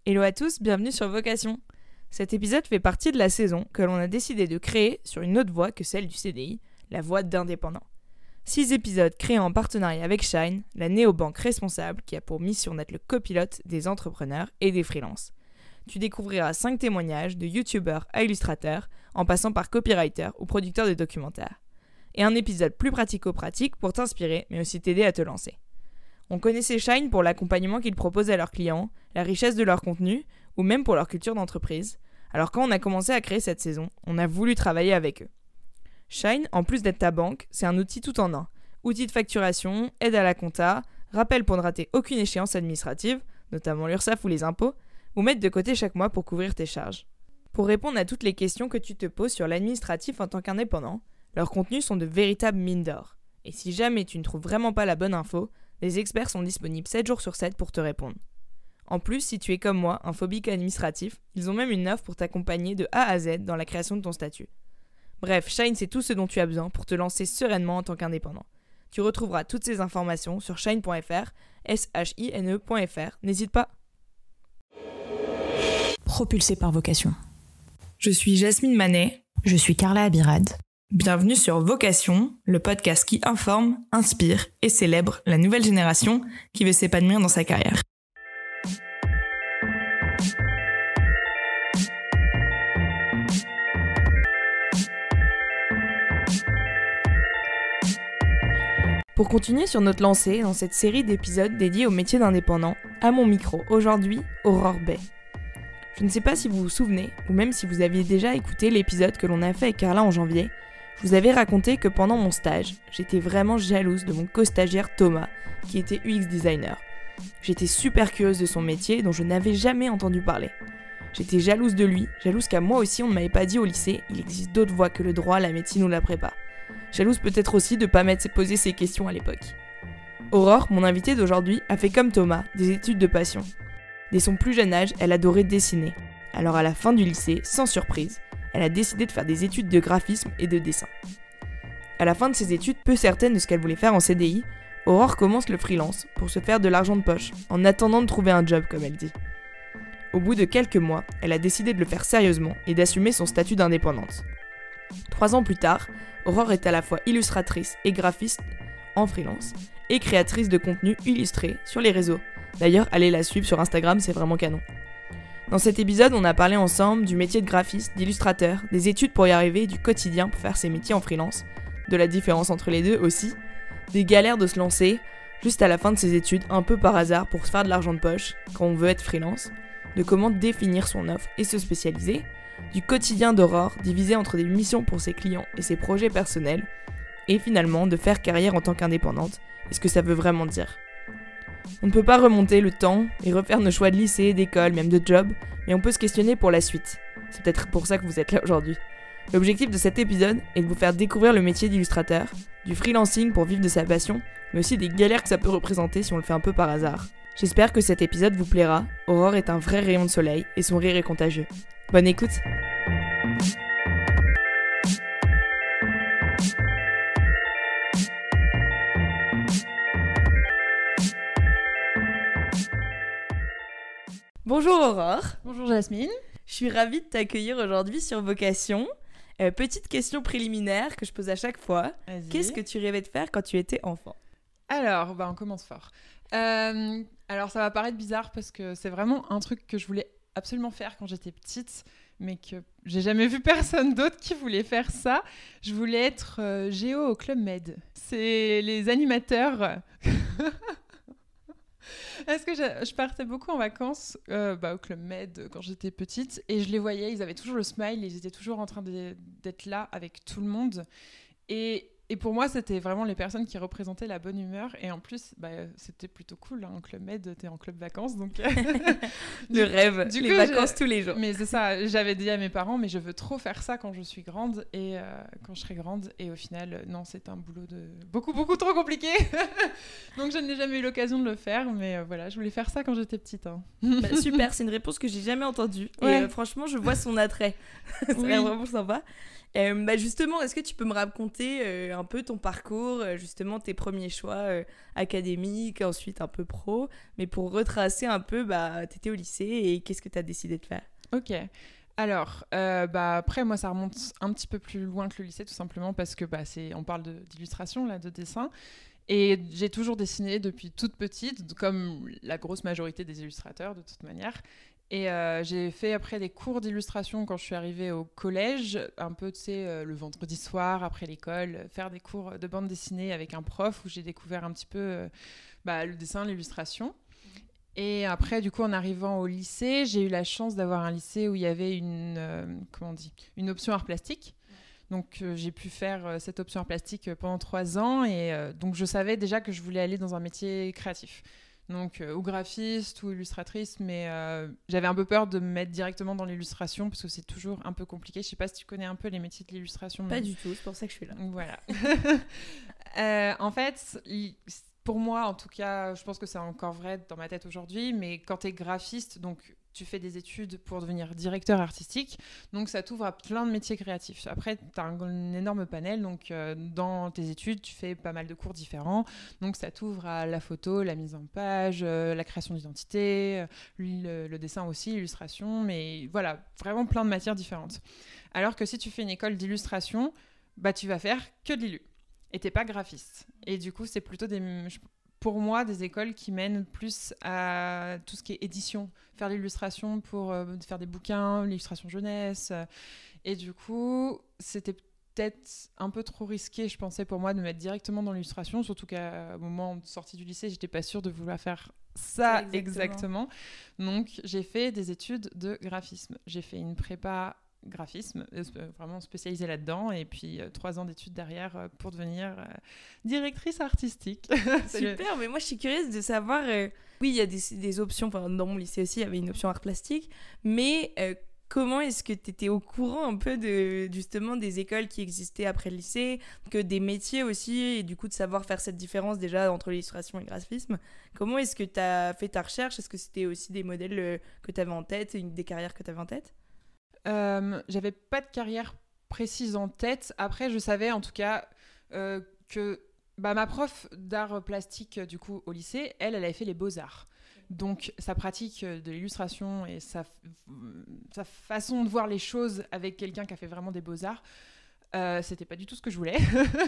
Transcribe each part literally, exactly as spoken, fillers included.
Hello à tous, bienvenue sur Vocation. Cet épisode fait partie de la saison que l'on a décidé de créer sur une autre voie que celle du C D I, la voie d'indépendant. Six épisodes créés en partenariat avec Shine, la néobanque responsable qui a pour mission d'être le copilote des entrepreneurs et des freelances. Tu découvriras cinq témoignages de youtubeurs à illustrateurs, en passant par copywriters ou producteurs de documentaires. Et un épisode plus pratico-pratique pour t'inspirer, mais aussi t'aider à te lancer. On connaissait Shine pour l'accompagnement qu'ils proposent à leurs clients, la richesse de leur contenu, ou même pour leur culture d'entreprise. Alors quand on a commencé à créer cette saison, on a voulu travailler avec eux. Shine, en plus d'être ta banque, c'est un outil tout en un. Outil de facturation, aide à la compta, rappel pour ne rater aucune échéance administrative, notamment l'URSSAF ou les impôts, ou mettre de côté chaque mois pour couvrir tes charges. Pour répondre à toutes les questions que tu te poses sur l'administratif en tant qu'indépendant, leurs contenus sont de véritables mines d'or. Et si jamais tu ne trouves vraiment pas la bonne info, les experts sont disponibles sept jours sur sept pour te répondre. En plus, si tu es comme moi, un phobique administratif, ils ont même une offre pour t'accompagner de A à Z dans la création de ton statut. Bref, Shine, c'est tout ce dont tu as besoin pour te lancer sereinement en tant qu'indépendant. Tu retrouveras toutes ces informations sur shine point f r, s h i n e point f r. N'hésite pas. Propulsé par Vocation. Je suis Jasmine Manet. Je suis Carla Abirad. Bienvenue sur Vocation, le podcast qui informe, inspire et célèbre la nouvelle génération qui veut s'épanouir dans sa carrière. Pour continuer sur notre lancée dans cette série d'épisodes dédiés au métier d'indépendant, à mon micro aujourd'hui, Aurore Bay. Je ne sais pas si vous vous souvenez, ou même si vous aviez déjà écouté l'épisode que l'on a fait avec Carla en janvier, je vous avais raconté que pendant mon stage, j'étais vraiment jalouse de mon co-stagiaire Thomas, qui était U X designer. J'étais super curieuse de son métier dont je n'avais jamais entendu parler. J'étais jalouse de lui, jalouse qu'à moi aussi on ne m'avait pas dit au lycée, il existe d'autres voies que le droit, la médecine ou la prépa. Jalouse peut-être aussi de ne pas m'être posé ces questions à l'époque. Aurore, mon invitée d'aujourd'hui, a fait comme Thomas, des études de passion. Dès son plus jeune âge, elle adorait dessiner. Alors à la fin du lycée, sans surprise, elle a décidé de faire des études de graphisme et de dessin. À la fin de ses études, peu certaine de ce qu'elle voulait faire en C D I, Aurore commence le freelance pour se faire de l'argent de poche, en attendant de trouver un job comme elle dit. Au bout de quelques mois, elle a décidé de le faire sérieusement et d'assumer son statut d'indépendante. Trois ans plus tard, Aurore est à la fois illustratrice et graphiste en freelance et créatrice de contenu illustré sur les réseaux. D'ailleurs, allez la suivre sur Instagram, c'est vraiment canon. Dans cet épisode, on a parlé ensemble du métier de graphiste, d'illustrateur, des études pour y arriver, du quotidien pour faire ses métiers en freelance, de la différence entre les deux aussi, des galères de se lancer juste à la fin de ses études, un peu par hasard pour se faire de l'argent de poche quand on veut être freelance, de comment définir son offre et se spécialiser, du quotidien d'Aurore divisé entre des missions pour ses clients et ses projets personnels, et finalement de faire carrière en tant qu'indépendante, et ce que ça veut vraiment dire. On ne peut pas remonter le temps et refaire nos choix de lycée, d'école, même de job, mais on peut se questionner pour la suite. C'est peut-être pour ça que vous êtes là aujourd'hui. L'objectif de cet épisode est de vous faire découvrir le métier d'illustrateur, du freelancing pour vivre de sa passion, mais aussi des galères que ça peut représenter si on le fait un peu par hasard. J'espère que cet épisode vous plaira. Aurore est un vrai rayon de soleil et son rire est contagieux. Bonne écoute. Bonjour Aurore. Bonjour Jasmine. Je suis ravie de t'accueillir aujourd'hui sur Vocation. Euh, petite question préliminaire que je pose à chaque fois. Vas-y. Qu'est-ce que tu rêvais de faire quand tu étais enfant ? Alors, bah on commence fort. Euh, alors ça va paraître bizarre parce que c'est vraiment un truc que je voulais absolument faire quand j'étais petite, mais que j'ai jamais vu personne d'autre qui voulait faire ça. Je voulais être euh, géo au Club Med. C'est les animateurs... Parce que je, je partais beaucoup en vacances euh, bah, au Club Med quand j'étais petite et je les voyais, ils avaient toujours le smile, ils étaient toujours en train de, d'être là avec tout le monde. Et, et pour moi, c'était vraiment les personnes qui représentaient la bonne humeur. Et en plus, bah, c'était plutôt cool. Hein, en Club Med, t'es en club vacances. Donc... Le rêve, du les coup, vacances je... tous les jours. Mais c'est ça, j'avais dit à mes parents, mais je veux trop faire ça quand je suis grande et euh, quand je serai grande. Et au final, non, c'est un boulot de beaucoup, beaucoup trop compliqué. Donc je n'ai jamais eu l'occasion de le faire. Mais euh, voilà, je voulais faire ça quand j'étais petite. Hein. Bah, super, c'est une réponse que j'ai jamais entendue. Ouais. Et euh, franchement, je vois son attrait. C'est oui. Vraiment sympa. Euh, bah justement, est-ce que tu peux me raconter euh, un peu ton parcours, euh, justement tes premiers choix euh, académiques, ensuite un peu pro, mais pour retracer un peu, bah, t'étais au lycée et qu'est-ce que t'as décidé de faire? Ok. Alors, euh, bah, après, moi, ça remonte un petit peu plus loin que le lycée, tout simplement parce que bah, c'est, on parle de, d'illustration, là, de dessin. Et j'ai toujours dessiné depuis toute petite, comme la grosse majorité des illustrateurs, de toute manière. Et euh, j'ai fait après des cours d'illustration quand je suis arrivée au collège, un peu, tu sais, euh, le vendredi soir, après l'école, faire des cours de bande dessinée avec un prof où j'ai découvert un petit peu euh, bah, le dessin, l'illustration. Et après, du coup, en arrivant au lycée, j'ai eu la chance d'avoir un lycée où il y avait une, euh, comment on dit, une option art plastique. Donc, euh, j'ai pu faire euh, cette option art plastique euh, pendant trois ans. Et euh, donc, je savais déjà que je voulais aller dans un métier créatif. Donc, euh, ou graphiste ou illustratrice. Mais euh, j'avais un peu peur de me mettre directement dans l'illustration parce que c'est toujours un peu compliqué. Je ne sais pas si tu connais un peu les métiers de l'illustration. Pas du tout, c'est pour ça que je suis là. Voilà. euh, en fait... Il, Pour moi, en tout cas, je pense que c'est encore vrai dans ma tête aujourd'hui, mais quand tu es graphiste, donc tu fais des études pour devenir directeur artistique, donc ça t'ouvre à plein de métiers créatifs. Après, tu as un, un énorme panel, donc euh, dans tes études, tu fais pas mal de cours différents, donc ça t'ouvre à la photo, la mise en page, euh, la création d'identité, euh, le, le dessin aussi, l'illustration, mais voilà, vraiment plein de matières différentes. Alors que si tu fais une école d'illustration, bah, tu vas faire que de l'illu. Et t'es pas graphiste. Et du coup, c'est plutôt des, pour moi des écoles qui mènent plus à tout ce qui est édition, faire l'illustration pour euh, faire des bouquins, l'illustration jeunesse. Et du coup, c'était peut-être un peu trop risqué, je pensais, pour moi de me mettre directement dans l'illustration, surtout qu'à un moment de sortie du lycée, j'étais pas sûre de vouloir faire ça exactement. exactement. Donc, j'ai fait des études de graphisme. J'ai fait une prépa graphisme, euh, vraiment spécialisée là-dedans, et puis euh, trois ans d'études derrière euh, pour devenir euh, directrice artistique. Super, mais moi je suis curieuse de savoir, euh, oui il y a des, des options, enfin, dans mon lycée aussi il y avait une option art plastique, mais euh, comment est-ce que tu étais au courant un peu de, justement des écoles qui existaient après le lycée, que des métiers aussi, et du coup de savoir faire cette différence déjà entre l'illustration et le graphisme? Comment est-ce que tu as fait ta recherche? Est-ce que c'était aussi des modèles euh, que tu avais en tête, une, des carrières que tu avais en tête? Euh, j'avais pas de carrière précise en tête. Après, je savais en tout cas euh, que bah, ma prof d'art plastique du coup au lycée, elle, elle avait fait les beaux-arts. Donc sa pratique de l'illustration et sa, sa façon de voir les choses avec quelqu'un qui a fait vraiment des beaux-arts, euh, c'était pas du tout ce que je voulais.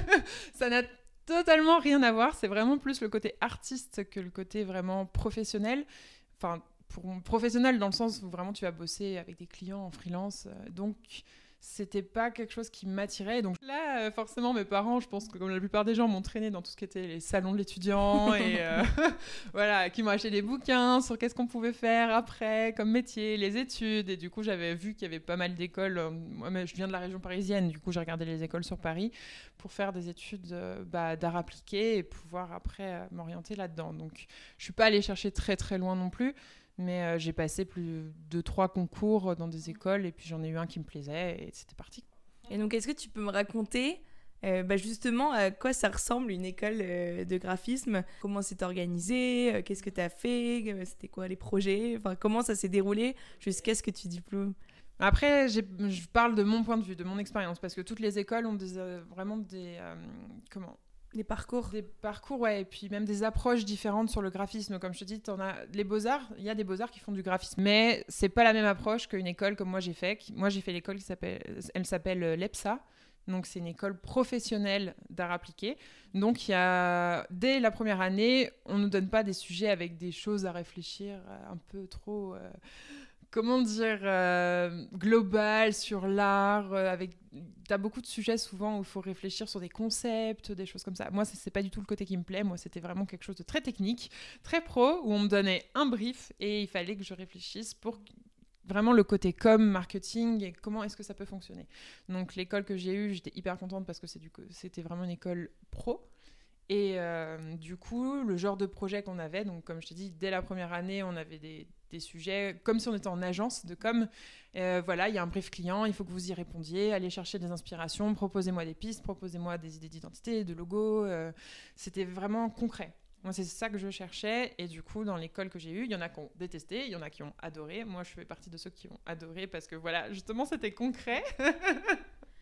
Ça n'a totalement rien à voir. C'est vraiment plus le côté artiste que le côté vraiment professionnel. Enfin, pour professionnel dans le sens où vraiment tu vas bosser avec des clients en freelance, euh, donc c'était pas quelque chose qui m'attirait. Donc là, euh, forcément, mes parents, je pense que comme la plupart des gens, m'ont traîné dans tout ce qui était les salons de l'étudiant et euh, voilà, qui m'ont acheté des bouquins sur qu'est-ce qu'on pouvait faire après comme métier, les études. Et du coup, j'avais vu qu'il y avait pas mal d'écoles. Euh, moi, je viens de la région parisienne, du coup, j'ai regardé les écoles sur Paris pour faire des études euh, bah, d'art appliqué et pouvoir après euh, m'orienter là-dedans. Donc, je suis pas allée chercher très très loin non plus. Mais euh, j'ai passé plus de trois concours dans des écoles et puis j'en ai eu un qui me plaisait et c'était parti. Et donc, est-ce que tu peux me raconter euh, bah justement à quoi ça ressemble une école euh, de graphisme? Comment c'est organisé? euh, Qu'est-ce que tu as fait? euh, C'était quoi les projets? Enfin, comment ça s'est déroulé jusqu'à ce que tu diplômes? Après, j'ai, je parle de mon point de vue, de mon expérience, parce que toutes les écoles ont des, euh, vraiment des... Euh, comment Des parcours. Des parcours, ouais, et puis même des approches différentes sur le graphisme. Comme je te dis, t'en as les beaux-arts, il y a des beaux-arts qui font du graphisme. Mais c'est pas la même approche qu'une école comme moi j'ai fait. Moi j'ai fait l'école qui s'appelle, elle s'appelle l'E P S A. Donc c'est une école professionnelle d'art appliqué. Donc il y a, dès la première année, on nous donne pas des sujets avec des choses à réfléchir un peu trop... Euh, comment dire, euh, global sur l'art, euh, avec t'as beaucoup de sujets souvent où il faut réfléchir sur des concepts, des choses comme ça. Moi, c'est, c'est pas du tout le côté qui me plaît. Moi, c'était vraiment quelque chose de très technique, très pro, où on me donnait un brief et il fallait que je réfléchisse pour vraiment le côté com, marketing et comment est-ce que ça peut fonctionner. Donc, l'école que j'ai eue, j'étais hyper contente parce que c'est du, c'était vraiment une école pro. Et euh, du coup, le genre de projet qu'on avait, donc comme je te dis, dès la première année, on avait des, des sujets comme si on était en agence de com. Euh, voilà, il y a un brief client, il faut que vous y répondiez, allez chercher des inspirations, proposez-moi des pistes, proposez-moi des idées d'identité, de logo. Euh, c'était vraiment concret. Moi, c'est ça que je cherchais. Et du coup, dans l'école que j'ai eue, il y en a qui ont détesté, il y en a qui ont adoré. Moi, je fais partie de ceux qui ont adoré parce que voilà, justement, c'était concret.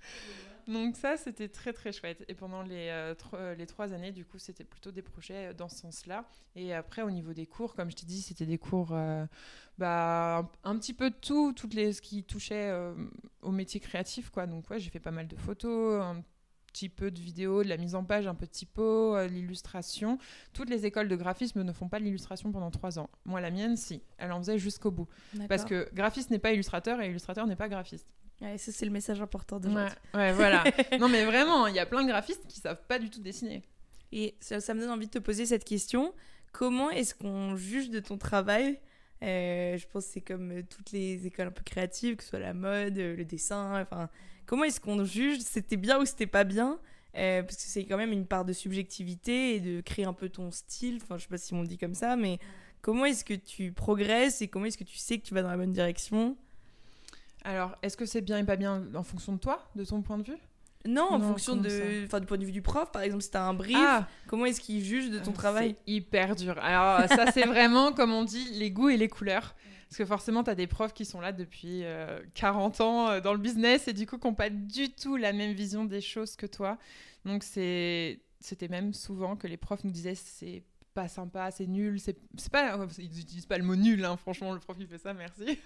Donc ça, c'était très très chouette. Et pendant les, euh, tro- les trois années, du coup, c'était plutôt des projets dans ce sens-là. Et après, au niveau des cours, comme je t'ai dit, c'était des cours, euh, bah, un, un petit peu de tout, toutes les, ce qui touchait euh, au métier créatif, quoi. Donc ouais, j'ai fait pas mal de photos, un petit peu de vidéos, de la mise en page, un peu de typo, euh, l'illustration. Toutes les écoles de graphisme ne font pas de l'illustration pendant trois ans. Moi, la mienne, si. Elle en faisait jusqu'au bout. D'accord. Parce que graphiste n'est pas illustrateur et illustrateur n'est pas graphiste. Ouais, ça, c'est le message important d'aujourd'hui. Ouais, ouais, voilà. Non, mais vraiment, il y a plein de graphistes qui savent pas du tout dessiner. Et ça, ça me donne envie de te poser cette question. Comment est-ce qu'on juge de ton travail ? Euh, je pense que c'est comme euh, toutes les écoles un peu créatives, que ce soit la mode, euh, le dessin. Enfin, comment est-ce qu'on juge c'était bien ou c'était pas bien ? Euh, parce que c'est quand même une part de subjectivité et de créer un peu ton style. Enfin, je sais pas si on le dit comme ça, mais comment est-ce que tu progresses et comment est-ce que tu sais que tu vas dans la bonne direction ? Alors, est-ce que c'est bien et pas bien en fonction de toi, de ton point de vue ? Non, en Non, fonction comment de, enfin, du point de vue du prof, par exemple, si t'as un brief, Ah, comment est-ce qu'il juge de ton euh, travail ? C'est hyper dur. Alors, ça, c'est vraiment, comme on dit, les goûts et les couleurs. Parce que forcément, tu as des profs qui sont là depuis euh, quarante ans euh, dans le business et du coup, qui n'ont pas du tout la même vision des choses que toi. Donc, c'est... c'était même souvent que les profs nous disaient c'est pas sympa, c'est nul. C'est, c'est pas... Ils n'utilisent pas le mot nul, hein. Franchement, le prof, il fait ça, merci.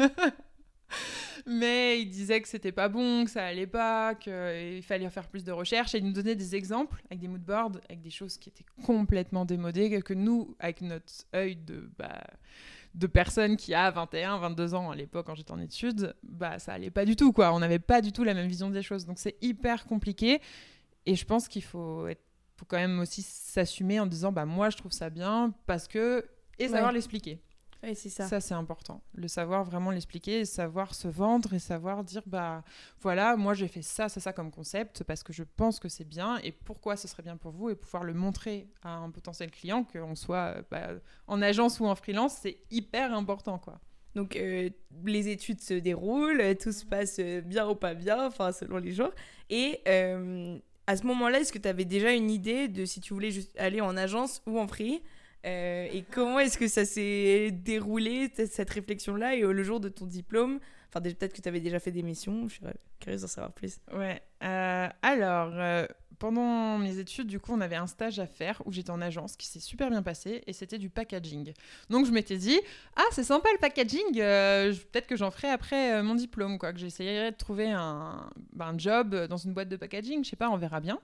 Mais il disait que c'était pas bon, que ça allait pas, qu'il fallait faire plus de recherches et il nous donnait des exemples avec des moodboards, avec des choses qui étaient complètement démodées, que nous, avec notre œil de, bah, de personne qui a vingt et un, vingt-deux ans à l'époque quand j'étais en études, bah, ça allait pas du tout, quoi. On n'avait pas du tout la même vision des choses. Donc c'est hyper compliqué et je pense qu'il faut, être, faut quand même aussi s'assumer en disant bah, moi je trouve ça bien parce que... et savoir Ouais. l'expliquer. Oui, c'est ça. Ça, c'est important. Le savoir vraiment l'expliquer, savoir se vendre et savoir dire, bah voilà, moi j'ai fait ça, ça, ça comme concept parce que je pense que c'est bien et pourquoi ce serait bien pour vous et pouvoir le montrer à un potentiel client, qu'on soit bah, en agence ou en freelance, c'est hyper important, quoi. Donc, euh, les études se déroulent, tout se passe bien ou pas bien, enfin, selon les jours. Et euh, à ce moment-là, est-ce que tu avais déjà une idée de si tu voulais juste aller en agence ou en free ? Euh, et comment est-ce que ça s'est déroulé, cette réflexion-là, et le jour de ton diplôme ? Enfin, peut-être que tu avais déjà fait des missions, je suis curieuse d'en savoir plus. Ouais, euh, alors, euh, pendant mes études, du coup, on avait un stage à faire où j'étais en agence qui s'est super bien passé et c'était du packaging. Donc, je m'étais dit, ah, c'est sympa le packaging, euh, peut-être que j'en ferai après euh, mon diplôme, quoi, que j'essayerai de trouver un, bah, un job dans une boîte de packaging, je sais pas, on verra bien.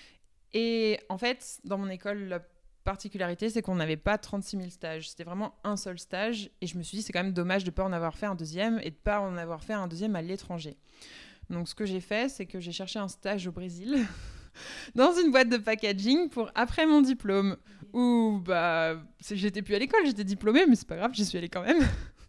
Et en fait, dans mon école, la particularité, c'est qu'on n'avait pas trente-six mille stages. C'était vraiment un seul stage. Et je me suis dit, c'est quand même dommage de ne pas en avoir fait un deuxième et de ne pas en avoir fait un deuxième à l'étranger. Donc, ce que j'ai fait, c'est que j'ai cherché un stage au Brésil dans une boîte de packaging pour après mon diplôme. Où, bah, j'étais plus à l'école, j'étais diplômée, mais c'est pas grave, j'y suis allée quand même.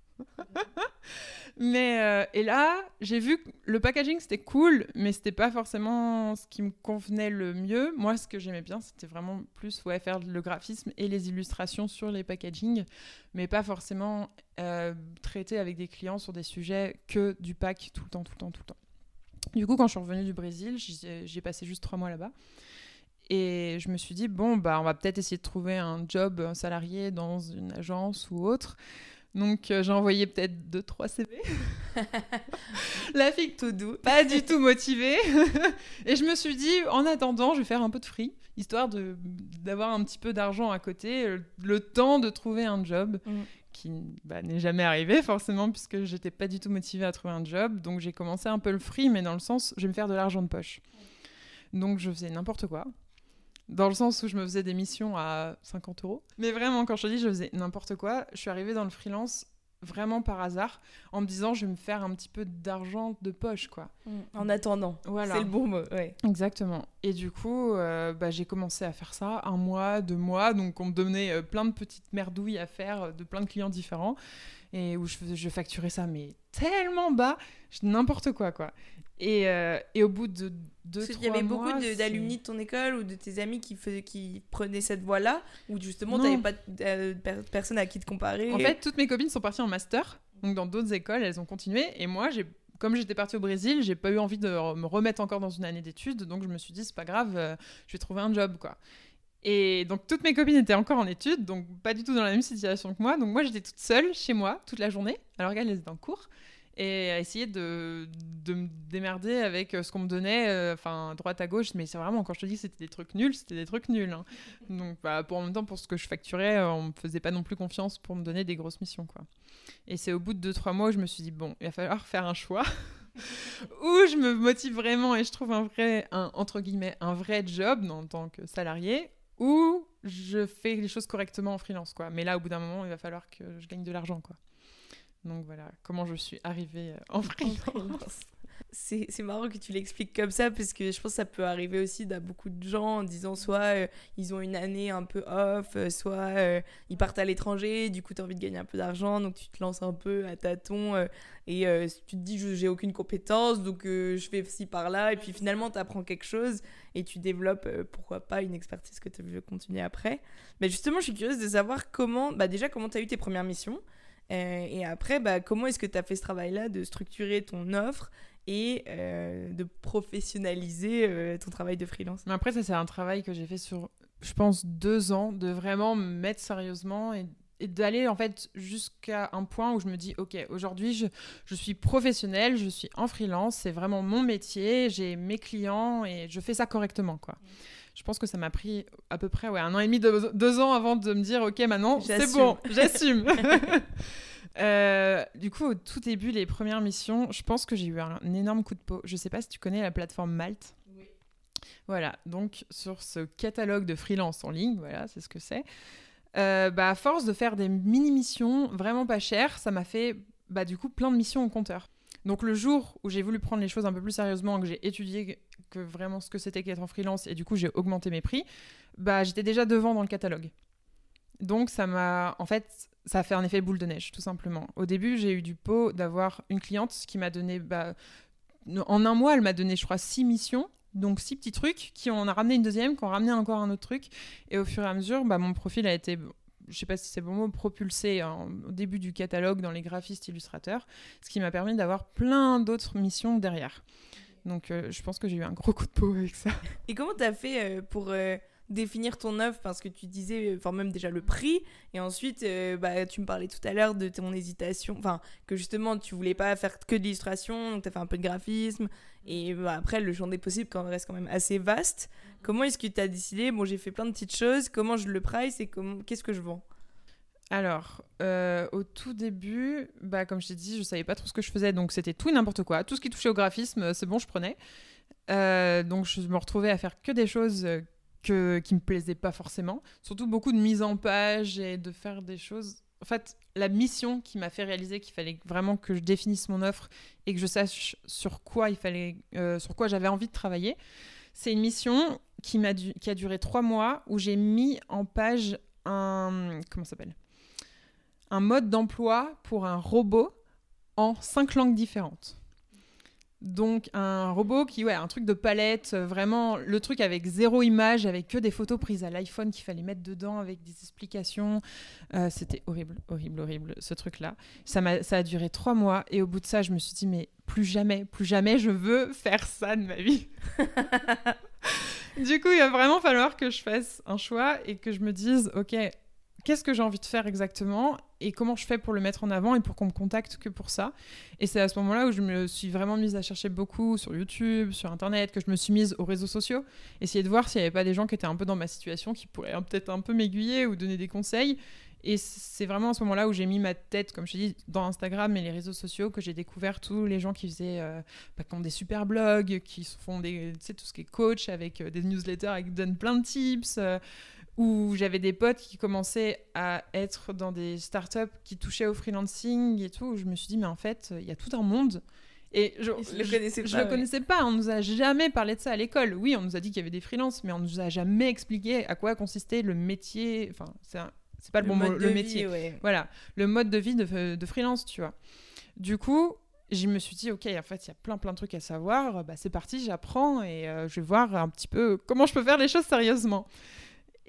Mais euh, et là, j'ai vu que le packaging c'était cool, mais c'était pas forcément ce qui me convenait le mieux. Moi, ce que j'aimais bien, c'était vraiment plus ouais, faire le graphisme et les illustrations sur les packaging, mais pas forcément euh, traiter avec des clients sur des sujets que du pack tout le temps, tout le temps, tout le temps. Du coup, quand je suis revenue du Brésil, j'ai, j'ai passé juste trois mois là-bas. Et je me suis dit, bon, bah, on va peut-être essayer de trouver un job un salarié dans une agence ou autre. Donc, euh, j'ai envoyé peut-être deux, trois C V. La fille tout doux, pas du tout motivée. Et je me suis dit, en attendant, je vais faire un peu de free, histoire de, d'avoir un petit peu d'argent à côté, le, le temps de trouver un job, mmh. qui bah, n'est jamais arrivé forcément, puisque j'étais pas du tout motivée à trouver un job. Donc, j'ai commencé un peu le free, mais dans le sens, je vais me faire de l'argent de poche. Donc, je faisais n'importe quoi. Dans le sens où je me faisais des missions à cinquante euros. Mais vraiment, quand je te dis je faisais n'importe quoi, je suis arrivée dans le freelance vraiment par hasard, en me disant je vais me faire un petit peu d'argent de poche, quoi. Mmh. En attendant, voilà. C'est le bon mot, ouais. Exactement. Et du coup, euh, bah, j'ai commencé à faire ça un mois, deux mois, donc on me donnait euh, plein de petites merdouilles à faire de plein de clients différents, et où je, je facturais ça, mais tellement bas, n'importe quoi, quoi. Et, euh, et au bout de deux, trois mois... Il y avait beaucoup de, c'est... d'alumni de ton école ou de tes amis qui, faisaient, qui prenaient cette voie-là, ou justement, tu n'avais pas euh, per- personne à qui te comparer. En fait, toutes mes copines sont parties en master, donc dans d'autres écoles, elles ont continué. Et moi, j'ai, comme j'étais partie au Brésil, j'ai pas eu envie de me remettre encore dans une année d'études, donc je me suis dit, c'est pas grave, euh, je vais trouver un job, quoi. Et donc, toutes mes copines étaient encore en études, donc pas du tout dans la même situation que moi. Donc moi, j'étais toute seule, chez moi, toute la journée, alors qu'elles étaient en cours. et à essayer de, de me démerder avec ce qu'on me donnait, enfin, euh, droite à gauche. Mais c'est vraiment, quand je te dis que c'était des trucs nuls, c'était des trucs nuls. Hein. Donc, bah, pour, en même temps, pour ce que je facturais, on me faisait pas non plus confiance pour me donner des grosses missions, quoi. Et c'est au bout de deux trois mois où je me suis dit, bon, il va falloir faire un choix où je me motive vraiment et je trouve un vrai, un, entre guillemets, un vrai job en tant que salarié, où je fais les choses correctement en freelance, quoi. Mais là, au bout d'un moment, il va falloir que je gagne de l'argent, quoi. Donc voilà, comment je suis arrivée en freelance. C'est, c'est marrant que tu l'expliques comme ça, parce que je pense que ça peut arriver aussi à beaucoup de gens en disant soit euh, ils ont une année un peu off, euh, soit euh, ils partent à l'étranger, du coup tu as envie de gagner un peu d'argent, donc tu te lances un peu à tâtons euh, et euh, tu te dis je, j'ai aucune compétence, donc euh, je fais ci par là, et puis finalement tu apprends quelque chose et tu développes, euh, pourquoi pas, une expertise que tu veux continuer après. Mais justement, je suis curieuse de savoir comment, bah déjà comment tu as eu tes premières missions, euh, et après bah, comment est-ce que tu as fait ce travail-là de structurer ton offre et euh, de professionnaliser euh, ton travail de freelance. Mais après, ça, c'est un travail que j'ai fait sur, je pense, deux ans, de vraiment me mettre sérieusement et, et d'aller, en fait, jusqu'à un point où je me dis, OK, aujourd'hui, je, je suis professionnelle, je suis en freelance, c'est vraiment mon métier, j'ai mes clients et je fais ça correctement, quoi. Mmh. Je pense que ça m'a pris à peu près ouais, un an et demi, deux, deux ans avant de me dire, OK, maintenant, j'assume. C'est bon, j'assume. Euh, du coup, au tout début, les premières missions, je pense que j'ai eu un énorme coup de peau. Je sais pas si tu connais la plateforme Malte. Oui. Voilà, donc sur ce catalogue de freelance en ligne, voilà, c'est ce que c'est. Euh, bah, à force de faire des mini-missions vraiment pas chères, ça m'a fait bah, du coup plein de missions au compteur. Donc le jour où j'ai voulu prendre les choses un peu plus sérieusement, que j'ai étudié que vraiment ce que c'était qu'être en freelance et du coup j'ai augmenté mes prix, bah, j'étais déjà devant dans le catalogue. Donc ça m'a, en fait, ça a fait un effet boule de neige, tout simplement. Au début, j'ai eu du pot d'avoir une cliente qui m'a donné, bah, en un mois, elle m'a donné, je crois, six missions, donc six petits trucs, qui en a ramené une deuxième, qui ont ramené encore un autre truc. Et au fur et à mesure, bah, mon profil a été, je sais pas si c'est le bon mot, propulsé hein, au début du catalogue dans les graphistes illustrateurs, ce qui m'a permis d'avoir plein d'autres missions derrière. Donc euh, je pense que j'ai eu un gros coup de peau avec ça. Et comment t'as fait euh, pour... Euh... définir ton offre, parce que tu disais, enfin même déjà le prix, et ensuite euh, bah, tu me parlais tout à l'heure de ton hésitation, enfin que justement tu voulais pas faire que de l'illustration, donc tu as fait un peu de graphisme, et bah, après le champ des possibles quand reste quand même assez vaste. Comment est-ce que tu as décidé, bon j'ai fait plein de petites choses, comment je le price et comment, qu'est-ce que je vends? Alors, euh, au tout début, bah, comme je t'ai dit, je savais pas trop ce que je faisais, donc c'était tout et n'importe quoi. Tout ce qui touchait au graphisme, c'est bon, je prenais. Euh, donc je me retrouvais à faire que des choses... Euh, Que, qui me plaisait pas forcément, surtout beaucoup de mise en page et de faire des choses. En fait, la mission qui m'a fait réaliser qu'il fallait vraiment que je définisse mon offre et que je sache sur quoi il fallait, euh, sur quoi j'avais envie de travailler, c'est une mission qui m'a du, qui a duré trois mois où j'ai mis en page un comment ça s'appelle un mode d'emploi pour un robot en cinq langues différentes. Donc un robot qui, ouais, un truc de palette, vraiment le truc avec zéro image, avec que des photos prises à l'iPhone qu'il fallait mettre dedans avec des explications. Euh, c'était horrible, horrible, horrible ce truc-là. Ça, m'a, ça a duré trois mois et au bout de ça, je me suis dit mais plus jamais, plus jamais je veux faire ça de ma vie. Du coup, il va vraiment falloir que je fasse un choix et que je me dise ok, qu'est-ce que j'ai envie de faire exactement et comment je fais pour le mettre en avant et pour qu'on me contacte que pour ça. Et c'est à ce moment-là où je me suis vraiment mise à chercher beaucoup sur YouTube, sur Internet, que je me suis mise aux réseaux sociaux, essayer de voir s'il n'y avait pas des gens qui étaient un peu dans ma situation, qui pourraient peut-être un peu m'aiguiller ou donner des conseils. Et c'est vraiment à ce moment-là où j'ai mis ma tête, comme je te dis, dans Instagram et les réseaux sociaux, que j'ai découvert tous les gens qui faisaient, euh, bah, qui ont des super blogs, qui font des, tu sais, tout ce qui est coach avec euh, des newsletters qui donnent plein de tips, euh, où j'avais des potes qui commençaient à être dans des startups qui touchaient au freelancing et tout, où je me suis dit, mais en fait, il y a tout un monde. Et je je le connaissais je, pas. Je le connaissais pas. On nous a jamais parlé de ça à l'école. Oui, on nous a dit qu'il y avait des freelances, mais on nous a jamais expliqué à quoi consistait le métier. Enfin, c'est, un, c'est pas le, le bon mot, le métier. Vie, ouais. Voilà, le mode de vie de, de freelance, tu vois. Du coup, je me suis dit, ok, en fait, il y a plein, plein de trucs à savoir. Bah, c'est parti, j'apprends et euh, je vais voir un petit peu comment je peux faire les choses sérieusement.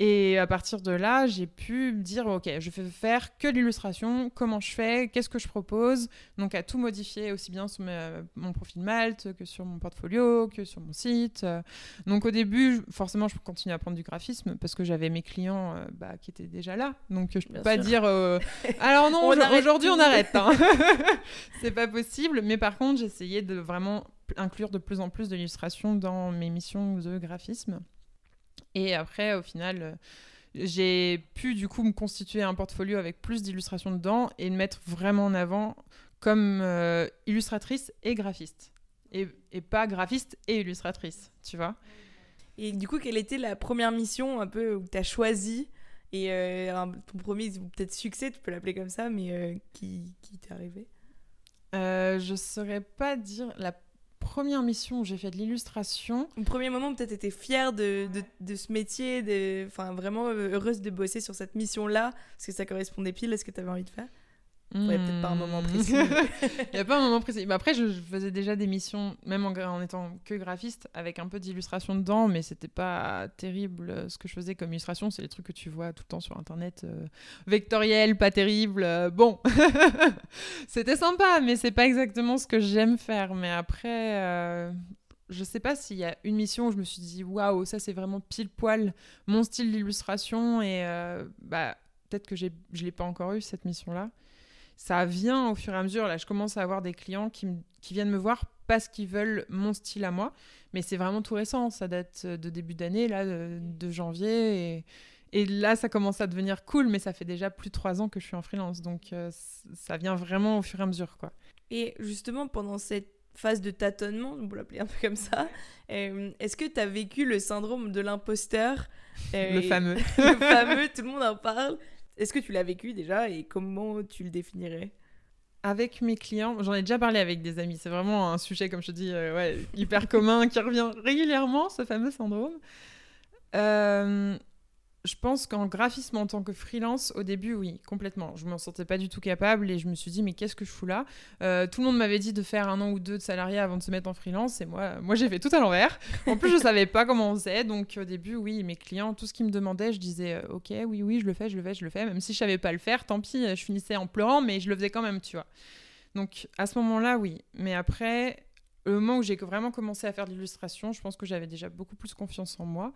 Et à partir de là, j'ai pu me dire, ok, je vais faire que l'illustration, comment je fais, qu'est-ce que je propose, donc à tout modifier, aussi bien sur mes, mon profil Malte que sur mon portfolio, que sur mon site. Donc au début, forcément, je continue à apprendre du graphisme parce que j'avais mes clients euh, bah, qui étaient déjà là, donc je peux bien pas sûr. dire, euh, alors non, on je, aujourd'hui on arrête. Hein. C'est pas possible, mais par contre, j'essayais de vraiment inclure de plus en plus de l'illustration dans mes missions de graphisme. Et après, au final, euh, j'ai pu du coup me constituer un portfolio avec plus d'illustrations dedans et le mettre vraiment en avant comme euh, illustratrice et graphiste. Et, et pas graphiste et illustratrice, tu vois. Et du coup, quelle était la première mission un peu où tu as choisi et euh, un, ton premier peut-être succès, tu peux l'appeler comme ça, mais euh, qui, qui t'est arrivé euh, Je saurais pas dire la première mission où j'ai fait de l'illustration. Au premier moment où peut-être tu étais fière de, de, de ce métier, de, enfin, vraiment heureuse de bosser sur cette mission-là, parce que ça correspondait pile à ce que tu avais envie de faire. Il n'y a peut-être pas un moment précis. Il n'y a pas un moment précis. Mais après, je, je faisais déjà des missions, même en, en étant que graphiste, avec un peu d'illustration dedans, mais c'était pas terrible. Ce que je faisais comme illustration, c'est les trucs que tu vois tout le temps sur Internet. Euh, vectoriel, pas terrible. Euh, bon, c'était sympa, mais c'est pas exactement ce que j'aime faire. Mais après, euh, je sais pas s'il y a une mission où je me suis dit, waouh, ça c'est vraiment pile poil mon style d'illustration. Et euh, bah, peut-être que j'ai, je l'ai pas encore eu, cette mission-là. Ça vient au fur et à mesure. Là, je commence à avoir des clients qui, m- qui viennent me voir parce qu'ils veulent mon style à moi. Mais c'est vraiment tout récent. Ça date de début d'année, là, de, de janvier. Et, et là, ça commence à devenir cool. Mais ça fait déjà plus de trois ans que je suis en freelance. Donc, euh, c- ça vient vraiment au fur et à mesure, quoi. Et justement, pendant cette phase de tâtonnement, on peut l'appeler un peu comme ça, euh, est-ce que tu as vécu le syndrome de l'imposteur euh, Le fameux. Le fameux, tout le monde en parle. Est-ce que tu l'as vécu déjà et comment tu le définirais ? Avec mes clients, j'en ai déjà parlé avec des amis. C'est vraiment un sujet, comme je te dis, euh, ouais, hyper commun qui revient régulièrement, ce fameux syndrome. Euh, je pense qu'en graphisme en tant que freelance, au début, oui, complètement. Je ne m'en sentais pas du tout capable et je me suis dit, mais qu'est-ce que je fous là ? euh, Tout le monde m'avait dit de faire un an ou deux de salariat avant de se mettre en freelance et moi, moi j'ai fait tout à l'envers. En plus, je ne savais pas comment on faisait. Donc au début, oui, mes clients, tout ce qu'ils me demandaient, je disais, euh, ok, oui, oui, je le fais, je le fais, je le fais. Même si je ne savais pas le faire, tant pis, je finissais en pleurant, mais je le faisais quand même, tu vois. Donc à ce moment-là, oui. Mais après, le moment où j'ai vraiment commencé à faire de l'illustration, je pense que j'avais déjà beaucoup plus confiance en moi.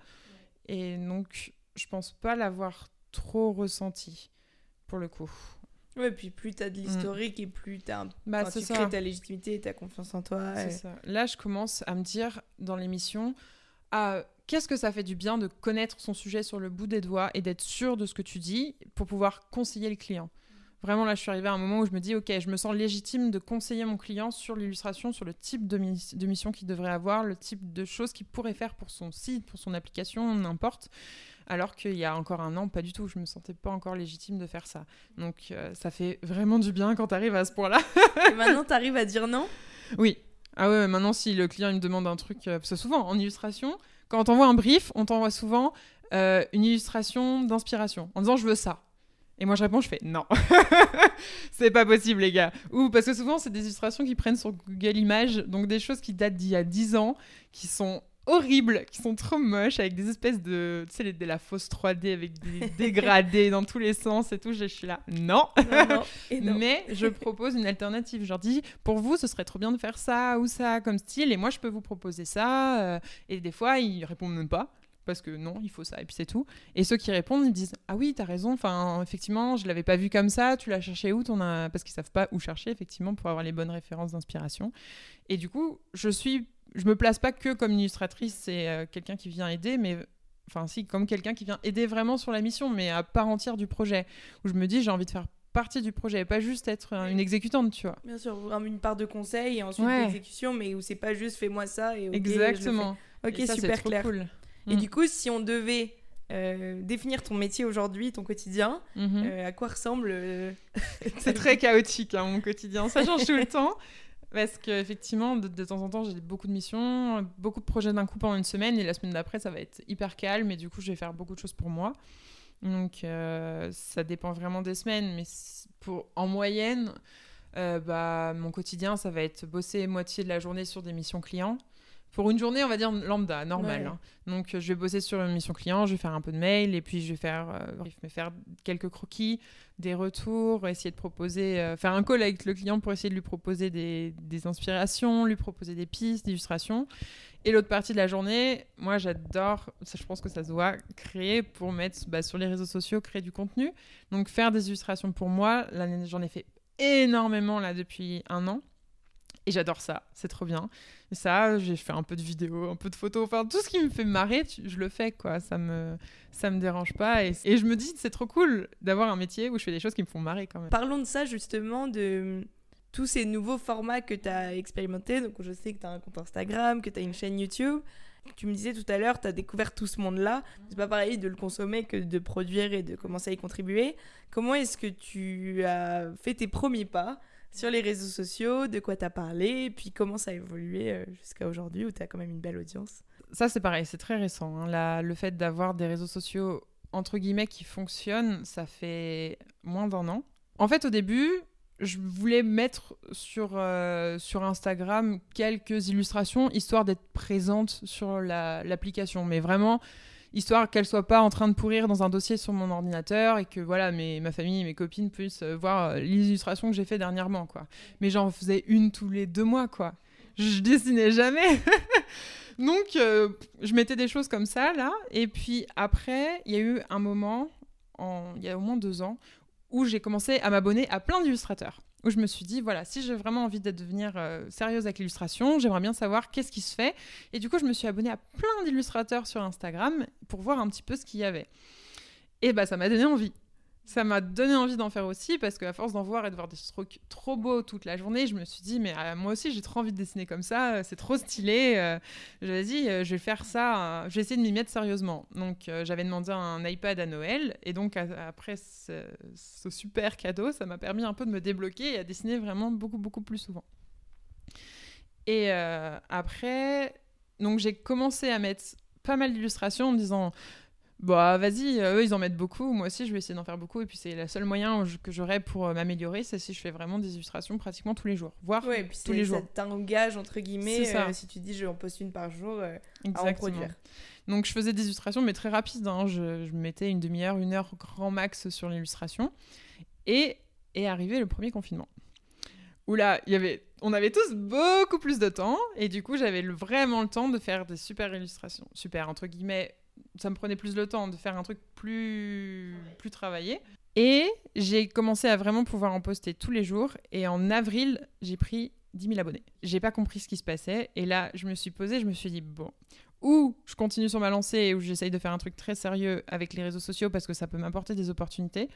Et donc, je pense pas l'avoir trop ressenti, pour le coup. Ouais, puis plus t'as de l'historique mmh. et plus t'as un... bah, enfin, tu ça. crées ta légitimité et ta confiance en toi. C'est et... ça. Là, je commence à me dire, dans l'émission, ah, qu'est-ce que ça fait du bien de connaître son sujet sur le bout des doigts et d'être sûr de ce que tu dis pour pouvoir conseiller le client. Vraiment, là, je suis arrivée à un moment où je me dis, ok, je me sens légitime de conseiller mon client sur l'illustration, sur le type de, mi- de mission qu'il devrait avoir, le type de choses qu'il pourrait faire pour son site, pour son application, n'importe. Alors qu'il y a encore un an, pas du tout. Je me sentais pas encore légitime de faire ça. Donc, euh, ça fait vraiment du bien quand tu arrives à ce point-là. Et maintenant, tu arrives à dire non ? Oui. Ah ouais, maintenant, si le client il me demande un truc... Euh, parce que souvent, en illustration, quand on t'envoie un brief, on t'envoie souvent euh, une illustration d'inspiration, en disant « je veux ça ». Et moi, je réponds, je fais « non ». C'est pas possible, les gars. Ou parce que souvent, c'est des illustrations qui prennent sur Google Images, donc des choses qui datent d'il y a dix ans, qui sont horribles, qui sont trop moches, avec des espèces de... Tu sais, de la fausse trois D avec des dégradés dans tous les sens et tout. Je suis là, non, non, non, et non. Mais je propose une alternative. Je leur dis, pour vous, ce serait trop bien de faire ça ou ça comme style, et moi, je peux vous proposer ça. Et des fois, ils répondent même pas. Parce que non, il faut ça, et puis c'est tout. Et ceux qui répondent, ils disent « Ah oui, t'as raison, enfin, effectivement, je l'avais pas vu comme ça, tu l'as cherché où ton a... ?» Parce qu'ils savent pas où chercher, effectivement, pour avoir les bonnes références d'inspiration. Et du coup, je suis... je me place pas que comme une illustratrice, c'est euh, quelqu'un qui vient aider, mais... Enfin, si, comme quelqu'un qui vient aider vraiment sur la mission, mais à part entière du projet. Où je me dis, j'ai envie de faire partie du projet, et pas juste être euh, une exécutante, tu vois. Bien sûr, une part de conseil et ensuite ouais. d'exécution, mais où c'est pas juste « fais-moi ça » et « ok, exactement. Je le fais. » Ok, et ça, super c'est trop clair. Cool. Et mmh. du coup, si on devait euh, définir ton métier aujourd'hui, ton quotidien, mmh. euh, à quoi ressemble euh... C'est très chaotique, hein, mon quotidien. Ça change tout le temps. Parce qu'effectivement, de, de temps en temps, j'ai beaucoup de missions, beaucoup de projets d'un coup pendant une semaine. Et la semaine d'après, ça va être hyper calme. Et du coup, je vais faire beaucoup de choses pour moi. Donc, euh, ça dépend vraiment des semaines. Mais pour, en moyenne, euh, bah, mon quotidien, ça va être bosser moitié de la journée sur des missions clients. pour une journée, on va dire lambda, normale. Ouais. Hein. Donc, je vais bosser sur une mission client, je vais faire un peu de mail et puis je vais faire, euh, je vais faire quelques croquis, des retours, essayer de proposer, euh, faire un call avec le client pour essayer de lui proposer des, des inspirations, lui proposer des pistes, d'illustrations. Et l'autre partie de la journée, moi, j'adore, ça, je pense que ça se voit, créer pour mettre bah, sur les réseaux sociaux, créer du contenu. Donc, faire des illustrations pour moi, là, j'en ai fait énormément là depuis un an. Et j'adore ça, c'est trop bien. Et ça, j'ai fait un peu de vidéos, un peu de photos, enfin tout ce qui me fait marrer, tu, je le fais quoi, ça me, ça me dérange pas. Et, et je me dis, c'est trop cool d'avoir un métier où je fais des choses qui me font marrer quand même. Parlons de ça justement, de tous ces nouveaux formats que tu as expérimentés. Donc je sais que tu as un compte Instagram, que tu as une chaîne YouTube. Tu me disais tout à l'heure, tu as découvert tout ce monde-là. C'est pas pareil de le consommer que de produire et de commencer à y contribuer. Comment est-ce que tu as fait tes premiers pas sur les réseaux sociaux, de quoi tu as parlé, et puis comment ça a évolué jusqu'à aujourd'hui où tu as quand même une belle audience? Ça, c'est pareil, c'est très récent. Hein. La, le fait d'avoir des réseaux sociaux, entre guillemets, qui fonctionnent, ça fait moins d'un an. En fait, au début, je voulais mettre sur, euh, sur Instagram quelques illustrations, histoire d'être présente sur la, l'application. Mais vraiment, histoire qu'elle soit pas en train de pourrir dans un dossier sur mon ordinateur et que voilà, mes, ma famille et mes copines puissent voir les illustrations que j'ai fait dernièrement, quoi. Mais j'en faisais une tous les deux mois, quoi. Je dessinais jamais. Donc, euh, je mettais des choses comme ça, là. Et puis après, il y a eu un moment, en, il y a au moins deux ans, où j'ai commencé à m'abonner à plein d'illustrateurs. Où je me suis dit, voilà, si j'ai vraiment envie de devenir euh, sérieuse avec l'illustration, j'aimerais bien savoir qu'est-ce qui se fait. Et du coup, je me suis abonnée à plein d'illustrateurs sur Instagram pour voir un petit peu ce qu'il y avait. Et bah, ça m'a donné envie. Ça m'a donné envie d'en faire aussi, parce qu'à force d'en voir et de voir des trucs trop beaux toute la journée, je me suis dit, mais euh, moi aussi, j'ai trop envie de dessiner comme ça, c'est trop stylé. Euh, vas-y, euh, je vais faire ça, euh, je vais essayer de m'y mettre sérieusement. Donc, euh, j'avais demandé un iPad à Noël, et donc, à, après ce, ce super cadeau, ça m'a permis un peu de me débloquer et à dessiner vraiment beaucoup, beaucoup plus souvent. Et euh, après, donc, j'ai commencé à mettre pas mal d'illustrations en me disant... Bah vas-y, eux ils en mettent beaucoup, moi aussi je vais essayer d'en faire beaucoup, et puis c'est le seul moyen que j'aurai pour m'améliorer, c'est si je fais vraiment des illustrations pratiquement tous les jours, voire ouais, puis tous les jours. Ça t'engage entre guillemets, euh, si tu dis je en poste une par jour, euh, à en produire. Donc je faisais des illustrations mais très rapides, hein. je, je mettais une demi-heure, une heure grand max sur l'illustration, et est arrivé le premier confinement. Où là, y avait, on avait tous beaucoup plus de temps, et du coup j'avais le, vraiment le temps de faire des super illustrations, super entre guillemets. Ça me prenait plus le temps de faire un truc plus, plus travaillé. Et j'ai commencé à vraiment pouvoir en poster tous les jours. Et en avril, j'ai pris dix mille abonnés. J'ai pas compris ce qui se passait. Et là, je me suis posée, je me suis dit, bon, ou je continue sur ma lancée, où j'essaye de faire un truc très sérieux avec les réseaux sociaux parce que ça peut m'apporter des opportunités,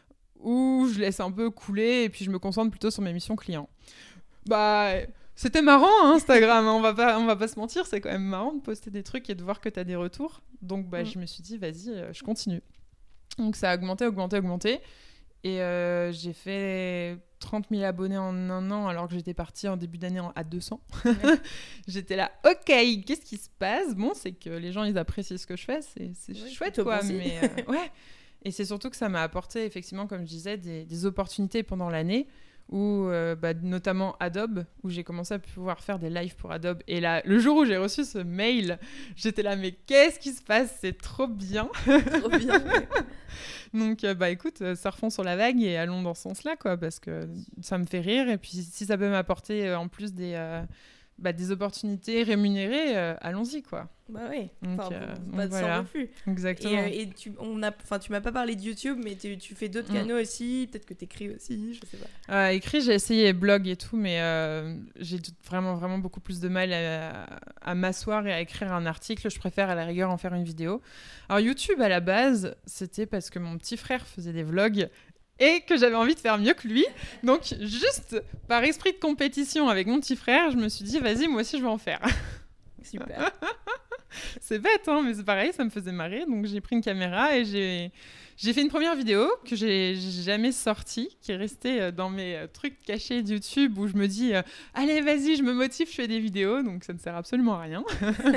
ou je laisse un peu couler et puis je me concentre plutôt sur mes missions clients. Bah... C'était marrant, hein, Instagram, on va pas, on va pas se mentir, c'est quand même marrant de poster des trucs et de voir que t'as des retours. Donc bah, mm. je me suis dit, vas-y, euh, je continue. Donc ça a augmenté, augmenté, augmenté. Et euh, j'ai fait trente mille abonnés en un an alors que j'étais partie en début d'année à deux cents. Ouais. J'étais là, ok, qu'est-ce qui se passe? Bon, c'est que les gens, ils apprécient ce que je fais, c'est, c'est ouais, chouette quoi. Mais, euh, ouais. Et c'est surtout que ça m'a apporté, effectivement, comme je disais, des, des opportunités pendant l'année. Ou euh, bah, notamment Adobe, où j'ai commencé à pouvoir faire des lives pour Adobe. Et là, le jour où j'ai reçu ce mail, j'étais là, mais qu'est-ce qui se passe? C'est trop bien. Trop bien. Donc, euh, bah écoute, euh, surfons sur la vague et allons dans ce sens-là, quoi, parce que ça me fait rire. Et puis, si ça peut m'apporter euh, en plus des, euh, bah, des opportunités rémunérées, euh, allons-y, quoi. Bah oui, donc, enfin, euh, pas de voilà. sans refus. Exactement. Et, euh, et tu, on a, enfin, tu m'as pas parlé de YouTube, mais tu, tu fais d'autres mm. canaux aussi, peut-être que tu écris aussi, je sais pas. Euh, écrit, j'ai essayé blog et tout, mais euh, j'ai vraiment, vraiment beaucoup plus de mal à, à m'asseoir et à écrire un article. Je préfère à la rigueur en faire une vidéo. Alors YouTube, à la base, c'était parce que mon petit frère faisait des vlogs et que j'avais envie de faire mieux que lui. Donc, juste par esprit de compétition avec mon petit frère, je me suis dit, vas-y, moi aussi, je vais en faire. Super. C'est bête, hein, mais c'est pareil, ça me faisait marrer. Donc j'ai pris une caméra et j'ai, j'ai fait une première vidéo que j'ai jamais sortie, qui est restée dans mes trucs cachés de YouTube où je me dis euh, allez, vas-y, je me motive, je fais des vidéos. Donc ça ne sert absolument à rien.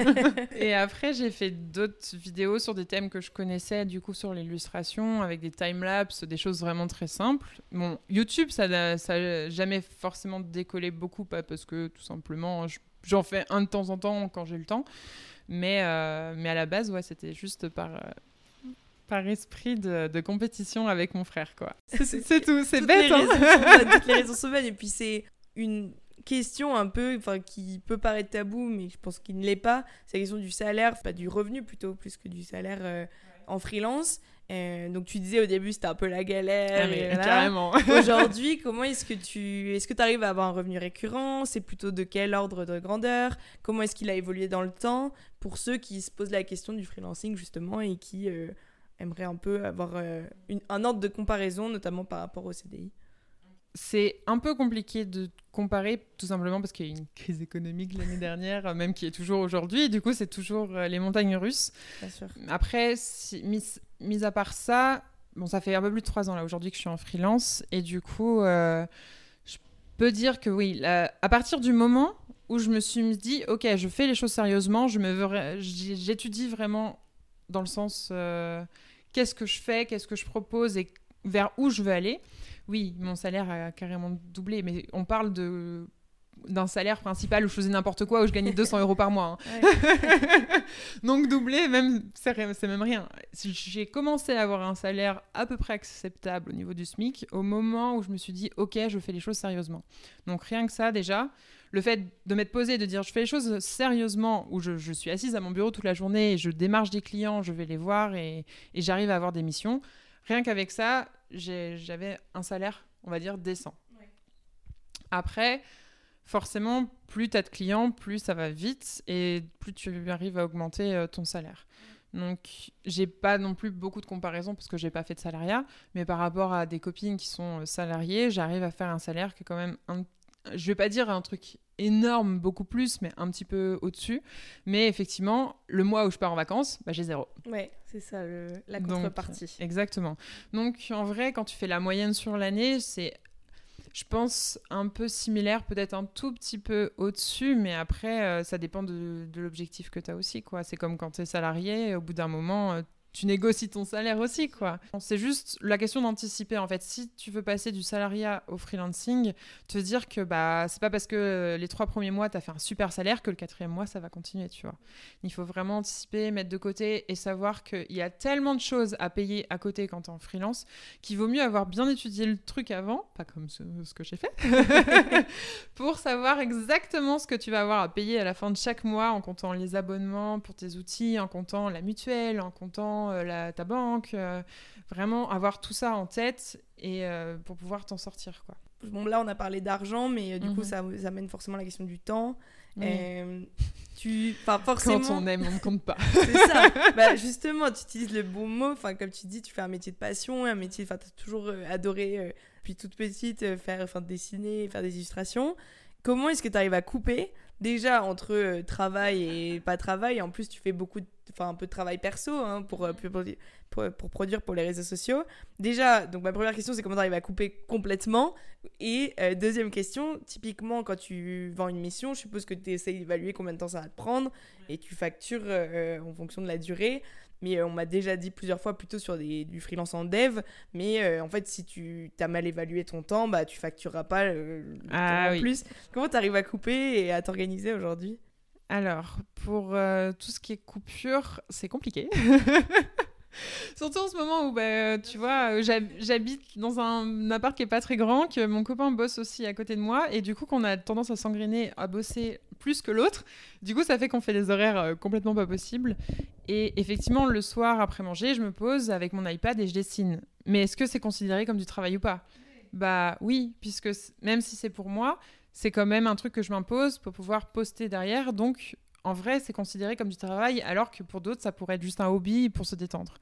Et après, j'ai fait d'autres vidéos sur des thèmes que je connaissais, du coup, sur l'illustration, avec des timelapses, des choses vraiment très simples. Bon, YouTube, ça n'a jamais forcément décollé beaucoup, pas parce que tout simplement, je, j'en fais un de temps en temps quand j'ai le temps. Mais, euh, mais à la base, ouais, c'était juste par, euh, par esprit de, de compétition avec mon frère, quoi. C'est, c'est, c'est tout, c'est bête, les hein. raisons, toutes les raisons sont bonnes. Et puis c'est une question un peu, enfin, qui peut paraître tabou, mais je pense qu'il ne l'est pas. C'est la question du salaire, pas du revenu plutôt, plus que du salaire euh, ouais. en freelance. Euh, donc tu disais au début c'était un peu la galère. Ah mais et voilà. Carrément. Aujourd'hui, comment est-ce que tu est-ce que tu arrives à avoir un revenu récurrent? C'est plutôt de quel ordre de grandeur? Comment est-ce qu'il a évolué dans le temps pour ceux qui se posent la question du freelancing justement et qui euh, aimeraient un peu avoir euh, une, un ordre de comparaison, notamment par rapport au C D I? C'est un peu compliqué de comparer, tout simplement parce qu'il y a eu une crise économique l'année dernière, même qui est toujours aujourd'hui. Du coup, c'est toujours les montagnes russes. Bien sûr. Après, si, mis, mis à part ça, bon, ça fait un peu plus de trois ans là aujourd'hui que je suis en freelance. Et du coup, euh, je peux dire que oui, là, à partir du moment où je me suis dit, ok, je fais les choses sérieusement, je me veux, j'étudie vraiment dans le sens, euh, qu'est-ce que je fais, qu'est-ce que je propose et vers où je veux aller. Oui, mon salaire a carrément doublé, mais on parle de, d'un salaire principal où je faisais n'importe quoi, où je gagnais deux cents euros par mois. Hein. Ouais. Donc doubler, même, c'est, c'est même rien. J'ai commencé à avoir un salaire à peu près acceptable au niveau du SMIC au moment où je me suis dit, ok, je fais les choses sérieusement. Donc rien que ça, déjà, le fait de m'être posée et de dire, je fais les choses sérieusement, où je, je suis assise à mon bureau toute la journée et je démarche des clients, je vais les voir et, et j'arrive à avoir des missions. Rien qu'avec ça, j'ai, j'avais un salaire, on va dire, décent. Ouais. Après, forcément, plus tu as de clients, plus ça va vite et plus tu arrives à augmenter euh, ton salaire. Ouais. Donc, j'ai pas non plus beaucoup de comparaisons parce que j'ai pas fait de salariat, mais par rapport à des copines qui sont salariées, j'arrive à faire un salaire qui est quand même, un, je vais pas dire un truc énorme, beaucoup plus, mais un petit peu au-dessus. Mais effectivement, le mois où je pars en vacances, bah, j'ai zéro. Ouais, c'est ça, le, la contrepartie. Donc, exactement. Donc, en vrai, quand tu fais la moyenne sur l'année, c'est, je pense, un peu similaire, peut-être un tout petit peu au-dessus, mais après, euh, ça dépend de, de l'objectif que tu as aussi, quoi. C'est comme quand tu es salarié, au bout d'un moment... Euh, tu négocies ton salaire aussi, quoi. C'est juste la question d'anticiper, en fait. Si tu veux passer du salariat au freelancing, te dire que bah, c'est pas parce que les trois premiers mois, tu as fait un super salaire que le quatrième mois, ça va continuer, tu vois. Il faut vraiment anticiper, mettre de côté et savoir qu'il y a tellement de choses à payer à côté quand tu es en freelance qu'il vaut mieux avoir bien étudié le truc avant, pas comme ce, ce que j'ai fait, pour savoir exactement ce que tu vas avoir à payer à la fin de chaque mois en comptant les abonnements pour tes outils, en comptant la mutuelle, en comptant La, ta banque, euh, vraiment avoir tout ça en tête et euh, pour pouvoir t'en sortir, quoi. Bon, là on a parlé d'argent, mais euh, du mm-hmm. coup ça, ça amène forcément la question du temps. Oui. Euh, tu, forcément... Quand on aime, on ne compte pas. C'est ça. Bah, justement, tu utilises le bon mot. Enfin, comme tu dis, tu fais un métier de passion, un métier. Enfin, t'as toujours euh, adoré, euh, depuis toute petite, euh, faire, enfin, dessiner, faire des illustrations. Comment est-ce que tu arrives à couper déjà entre euh, travail et pas travail? En plus, tu fais beaucoup de, enfin, un peu de travail perso hein, pour, euh, pour, pour, pour produire pour les réseaux sociaux. Déjà, donc ma première question, c'est comment tu arrives à couper complètement. Et euh, deuxième question, typiquement, quand tu vends une mission, je suppose que tu essayes d'évaluer combien de temps ça va te prendre et tu factures euh, en fonction de la durée. Mais euh, on m'a déjà dit plusieurs fois plutôt sur des, du freelance en dev. Mais euh, en fait, si tu as mal évalué ton temps, bah, tu factureras pas euh, le ah, temps en oui. plus. Comment tu arrives à couper et à t'organiser aujourd'hui? Alors, pour euh, tout ce qui est coupure, c'est compliqué. Surtout en ce moment où, bah, tu vois, j'habite dans un appart qui est pas très grand, que mon copain bosse aussi à côté de moi, et du coup qu'on a tendance à s'engrainer, à bosser plus que l'autre. Du coup, ça fait qu'on fait des horaires complètement pas possibles. Et effectivement, le soir, après manger, je me pose avec mon iPad et je dessine. Mais est-ce que c'est considéré comme du travail ou pas ? Bah oui, puisque même si c'est pour moi, c'est quand même un truc que je m'impose pour pouvoir poster derrière, donc... En vrai, c'est considéré comme du travail, alors que pour d'autres, ça pourrait être juste un hobby pour se détendre.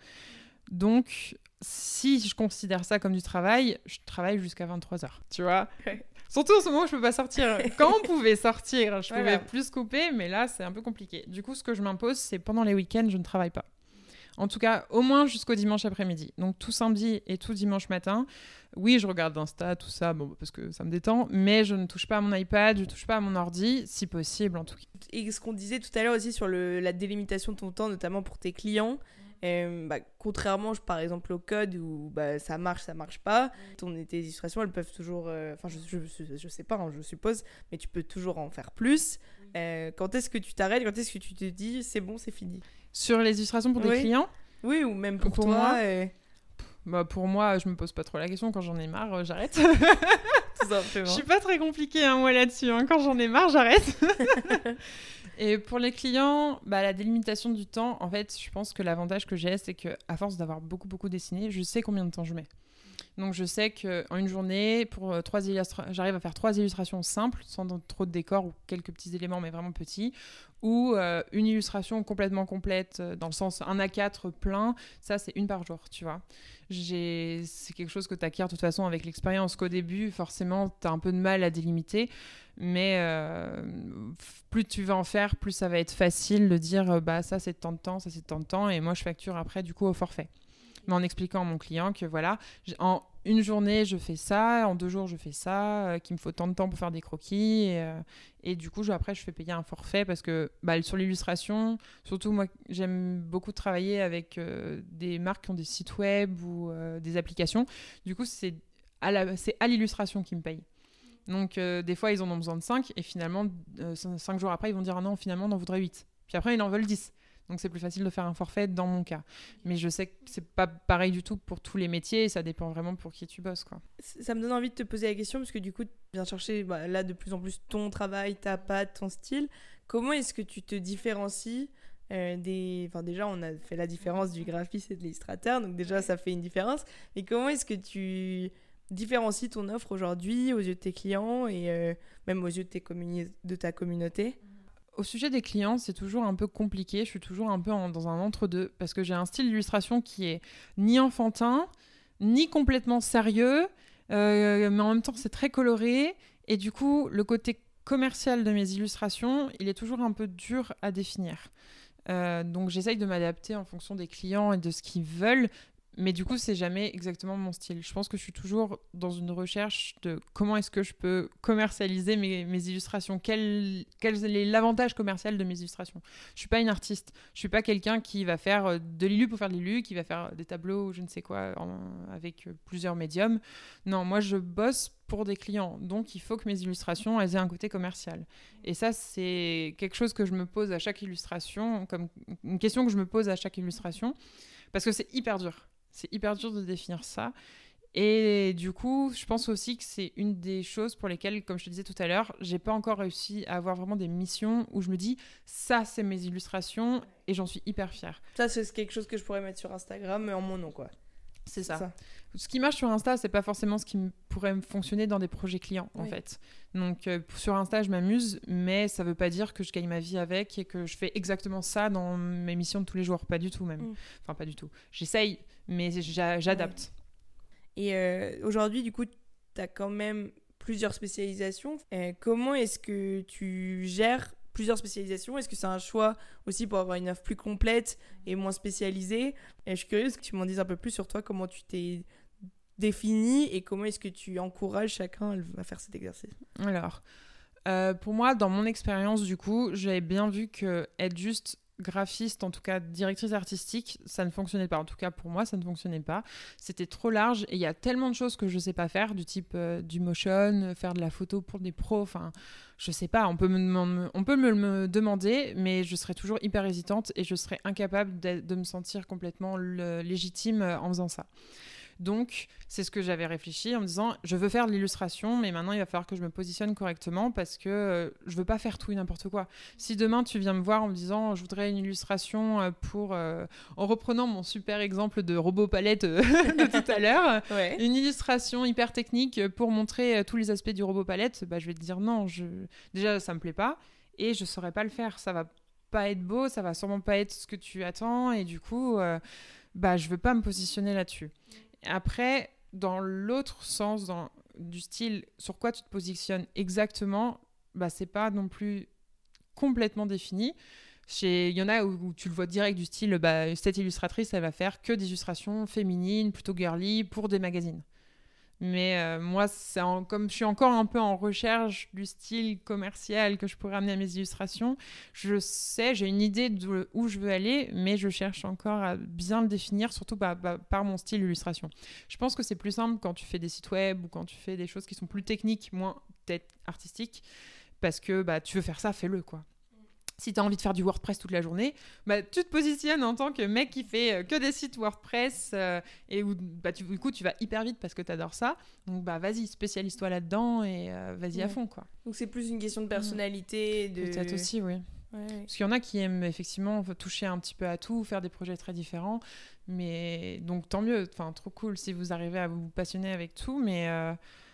Donc, si je considère ça comme du travail, je travaille jusqu'à vingt-trois heures, tu vois. Surtout en ce moment, je peux pas sortir. Quand on pouvait sortir, je Voilà. pouvais plus couper, mais là, c'est un peu compliqué. Du coup, ce que je m'impose, c'est pendant les week-ends, je ne travaille pas. En tout cas, au moins jusqu'au dimanche après-midi. Donc, tout samedi et tout dimanche matin. Oui, je regarde Insta, tout ça, bon, parce que ça me détend, mais je ne touche pas à mon iPad, je ne touche pas à mon ordi, si possible, en tout cas. Et ce qu'on disait tout à l'heure aussi sur le, la délimitation de ton temps, notamment pour tes clients, euh, bah, contrairement je- par exemple au code où bah, ça marche, ça marche pas, ton, tes illustrations elles peuvent toujours, enfin je, je, je, je sais pas, hein, je suppose, mais tu peux toujours en faire plus. Euh, quand est-ce que tu t'arrêtes, quand est-ce que tu te dis c'est bon, c'est fini? Sur les illustrations pour des Oui. clients, Oui, ou même pour, Pour toi, moi, euh, bah, pour moi, je me pose pas trop la question. Quand j'en ai marre, euh, j'arrête. tout simplement. Je suis pas très compliquée, hein, moi, là-dessus. Hein. Quand j'en ai marre, j'arrête. Et pour les clients, bah, la délimitation du temps, en fait, je pense que l'avantage que j'ai, c'est qu'à force d'avoir beaucoup, beaucoup dessiné, je sais combien de temps je mets. Donc, je sais qu'en une journée, pour euh, trois illustra- j'arrive à faire trois illustrations simples, sans trop de décor ou quelques petits éléments, mais vraiment petits, ou euh, une illustration complètement complète, euh, dans le sens un A quatre plein, ça, c'est une par jour, tu vois. J'ai... C'est quelque chose que tu acquiers de toute façon avec l'expérience, qu'au début, forcément, tu as un peu de mal à délimiter, mais euh, plus tu vas en faire, plus ça va être facile de dire euh, bah ça c'est tant de temps, ça c'est tant de temps, et moi je facture après du coup au forfait. Mais en expliquant à mon client que voilà, j- en une journée je fais ça, en deux jours je fais ça, euh, qu'il me faut tant de temps pour faire des croquis, et, euh, et du coup je, après je fais payer un forfait parce que bah, sur l'illustration, surtout moi j'aime beaucoup travailler avec euh, des marques qui ont des sites web ou euh, des applications, du coup c'est à, la, c'est à l'illustration qui me paye. Donc, euh, des fois, ils en ont besoin de cinq, et finalement, euh, cinq jours après, ils vont dire ah non, finalement, on en voudrait huit. Puis après, ils en veulent dix. Donc, c'est plus facile de faire un forfait dans mon cas. Mais je sais que c'est pas pareil du tout pour tous les métiers, et ça dépend vraiment pour qui tu bosses, quoi. Ça me donne envie de te poser la question parce que du coup tu viens chercher bah, là de plus en plus ton travail, ta patte, ton style. Comment est-ce que tu te différencies euh, des... Enfin déjà on a fait la différence du graphiste et de l'illustrateur, donc déjà ça fait une différence. Mais comment est-ce que tu différencies ton offre aujourd'hui aux yeux de tes clients et euh, même aux yeux de, tes communi- de ta communauté? Au sujet des clients, c'est toujours un peu compliqué. Je suis toujours un peu en- dans un entre-deux parce que j'ai un style d'illustration qui est ni enfantin, ni complètement sérieux, euh, mais en même temps, c'est très coloré. Et du coup, le côté commercial de mes illustrations, il est toujours un peu dur à définir. Euh, donc, j'essaye de m'adapter en fonction des clients et de ce qu'ils veulent. Mais du coup, c'est jamais exactement mon style. Je pense que je suis toujours dans une recherche de comment est-ce que je peux commercialiser mes, mes illustrations. Quel, quel est l'avantage commercial de mes illustrations? Je suis pas une artiste. Je suis pas quelqu'un qui va faire de l'illu pour faire de l'illu, qui va faire des tableaux ou je ne sais quoi en, avec plusieurs médiums. Non, moi, je bosse pour des clients. Donc, il faut que mes illustrations, elles aient un côté commercial. Et ça, c'est quelque chose que je me pose à chaque illustration, comme une question que je me pose à chaque illustration, parce que c'est hyper dur. C'est hyper dur de définir ça. Et du coup, je pense aussi que c'est une des choses pour lesquelles, comme je te disais tout à l'heure, j'ai pas encore réussi à avoir vraiment des missions où je me dis ça, c'est mes illustrations et j'en suis hyper fière. Ça c'est quelque chose que je pourrais mettre sur Instagram mais en mon nom quoi. C'est ça. ça. Ce qui marche sur Insta, c'est pas forcément ce qui m- pourrait me fonctionner dans des projets clients, en Oui. fait. Donc, euh, sur Insta, je m'amuse, mais ça veut pas dire que je gagne ma vie avec et que je fais exactement ça dans mes missions de tous les jours. Pas du tout, même. Mm. Enfin, pas du tout. J'essaye, mais j'a- j'adapte. Et euh, aujourd'hui, du coup, tu as quand même plusieurs spécialisations. Euh, comment est-ce que tu gères plusieurs spécialisations? Est-ce que c'est un choix aussi pour avoir une offre plus complète et moins spécialisée? Et je suis curieuse que tu m'en dises un peu plus sur toi, comment tu t'es défini et comment est-ce que tu encourages chacun à faire cet exercice? Alors, euh, pour moi, dans mon expérience, du coup, j'avais bien vu que être juste graphiste, en tout cas directrice artistique, ça ne fonctionnait pas. En tout cas, pour moi, ça ne fonctionnait pas. C'était trop large et il y a tellement de choses que je ne sais pas faire, du type euh, du motion, faire de la photo pour des pros, enfin, je sais pas, on peut me, demand- on peut me le demander, mais je serais toujours hyper hésitante et je serais incapable de, de me sentir complètement le- légitime en faisant ça. Donc, c'est ce que j'avais réfléchi en me disant, je veux faire de l'illustration, mais maintenant, il va falloir que je me positionne correctement parce que euh, je veux pas faire tout et n'importe quoi. Si demain, tu viens me voir en me disant, je voudrais une illustration euh, pour... euh, en reprenant mon super exemple de robot palette euh, de tout à l'heure, Ouais. une illustration hyper technique pour montrer euh, tous les aspects du robot palette, bah, je vais te dire non, je... déjà, ça me plaît pas et je saurais pas le faire. Ça va pas être beau, ça va sûrement pas être ce que tu attends et du coup, euh, bah, je veux pas me positionner là-dessus. Après, dans l'autre sens, dans du style sur quoi tu te positionnes exactement, bah, c'est pas non plus complètement défini. Il y en a où, où tu le vois direct du style, bah, cette illustratrice, elle va faire que des illustrations féminines, plutôt girly, pour des magazines. Mais euh, moi, c'est en, comme je suis encore un peu en recherche du style commercial que je pourrais amener à mes illustrations, je sais, j'ai une idée de où je veux aller, mais je cherche encore à bien le définir, surtout bah, bah, par mon style d'illustration. Je pense que c'est plus simple quand tu fais des sites web ou quand tu fais des choses qui sont plus techniques, moins peut-être artistiques, parce que bah, tu veux faire ça, fais-le, quoi. Si tu as envie de faire du WordPress toute la journée, bah, tu te positionnes en tant que mec qui fait euh, que des sites WordPress euh, et où bah, tu, du coup, tu vas hyper vite parce que tu adores ça. Donc, bah, vas-y, spécialise-toi là-dedans et euh, vas-y ouais. à fond, quoi. Donc, c'est plus une question de personnalité. De... Peut-être aussi, oui. Ouais. Parce qu'il y en a qui aiment effectivement toucher un petit peu à tout, faire des projets très différents. Mais donc, tant mieux. Enfin, trop cool si vous arrivez à vous passionner avec tout. Mais euh,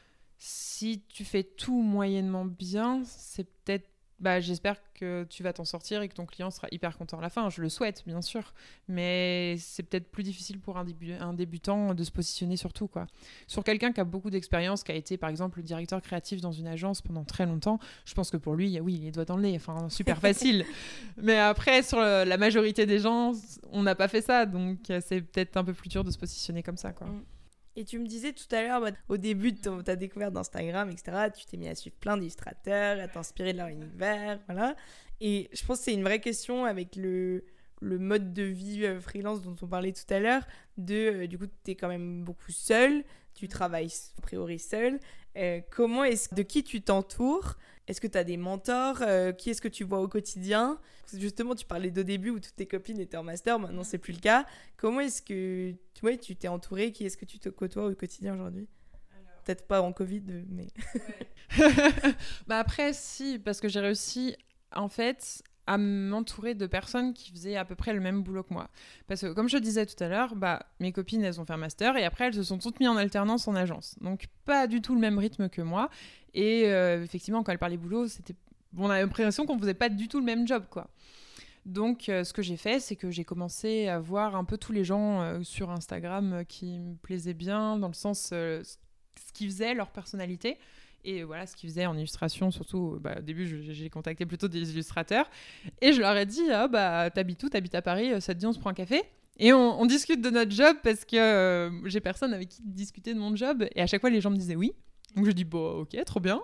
si tu fais tout moyennement bien, c'est peut-être Bah, j'espère que tu vas t'en sortir et que ton client sera hyper content à la fin. Je le souhaite, bien sûr. Mais c'est peut-être plus difficile pour un, débu- un débutant de se positionner sur tout, quoi. Sur quelqu'un qui a beaucoup d'expérience, qui a été, par exemple, le directeur créatif dans une agence pendant très longtemps, je pense que pour lui, oui, il est les doigts dans le nez. Enfin, super facile. Mais après, sur le, la majorité des gens, on n'a pas fait ça. Donc, c'est peut-être un peu plus dur de se positionner comme ça, quoi. Mm. Et tu me disais tout à l'heure, bah, au début de ton, ta découverte d'Instagram, et cetera, tu t'es mis à suivre plein d'illustrateurs, à t'inspirer de leur univers, voilà. Et je pense que c'est une vraie question avec le, le mode de vie euh, freelance dont on parlait tout à l'heure, de, euh, du coup, tu es quand même beaucoup seul, tu travailles a priori seul. Euh, comment est-ce, de qui tu t'entoures ? Est-ce que tu as des mentors ? euh, Qui est-ce que tu vois au quotidien ? Justement, tu parlais d'au début où toutes tes copines étaient en master, maintenant c'est plus le cas. Comment est-ce que tu, ouais, tu t'es entourée ? Qui est-ce que tu te côtoies au quotidien aujourd'hui ? Alors... Peut-être pas en Covid, mais... Ouais. Bah après, si, parce que j'ai réussi, en fait, à m'entourer de personnes qui faisaient à peu près le même boulot que moi. Parce que, comme je disais tout à l'heure, bah, mes copines, elles ont fait un master et après, elles se sont toutes mises en alternance en agence. Donc, pas du tout le même rythme que moi. Et euh, effectivement, quand elles parlaient boulot, c'était... on a l'impression qu'on faisait pas du tout le même job, quoi. Donc, euh, ce que j'ai fait, c'est que j'ai commencé à voir un peu tous les gens euh, sur Instagram euh, qui me plaisaient bien, dans le sens euh, ce qu'ils faisaient, leur personnalité. Et voilà, ce qu'ils faisaient en illustration, surtout, bah, au début, je, j'ai contacté plutôt des illustrateurs. Et je leur ai dit, ah bah, t'habites où ? T'habites à Paris, ça te dit, on se prend un café ? Et on, on discute de notre job parce que euh, j'ai personne avec qui discuter de mon job. Et à chaque fois, les gens me disaient oui. Donc je dis, bon, ok, trop bien.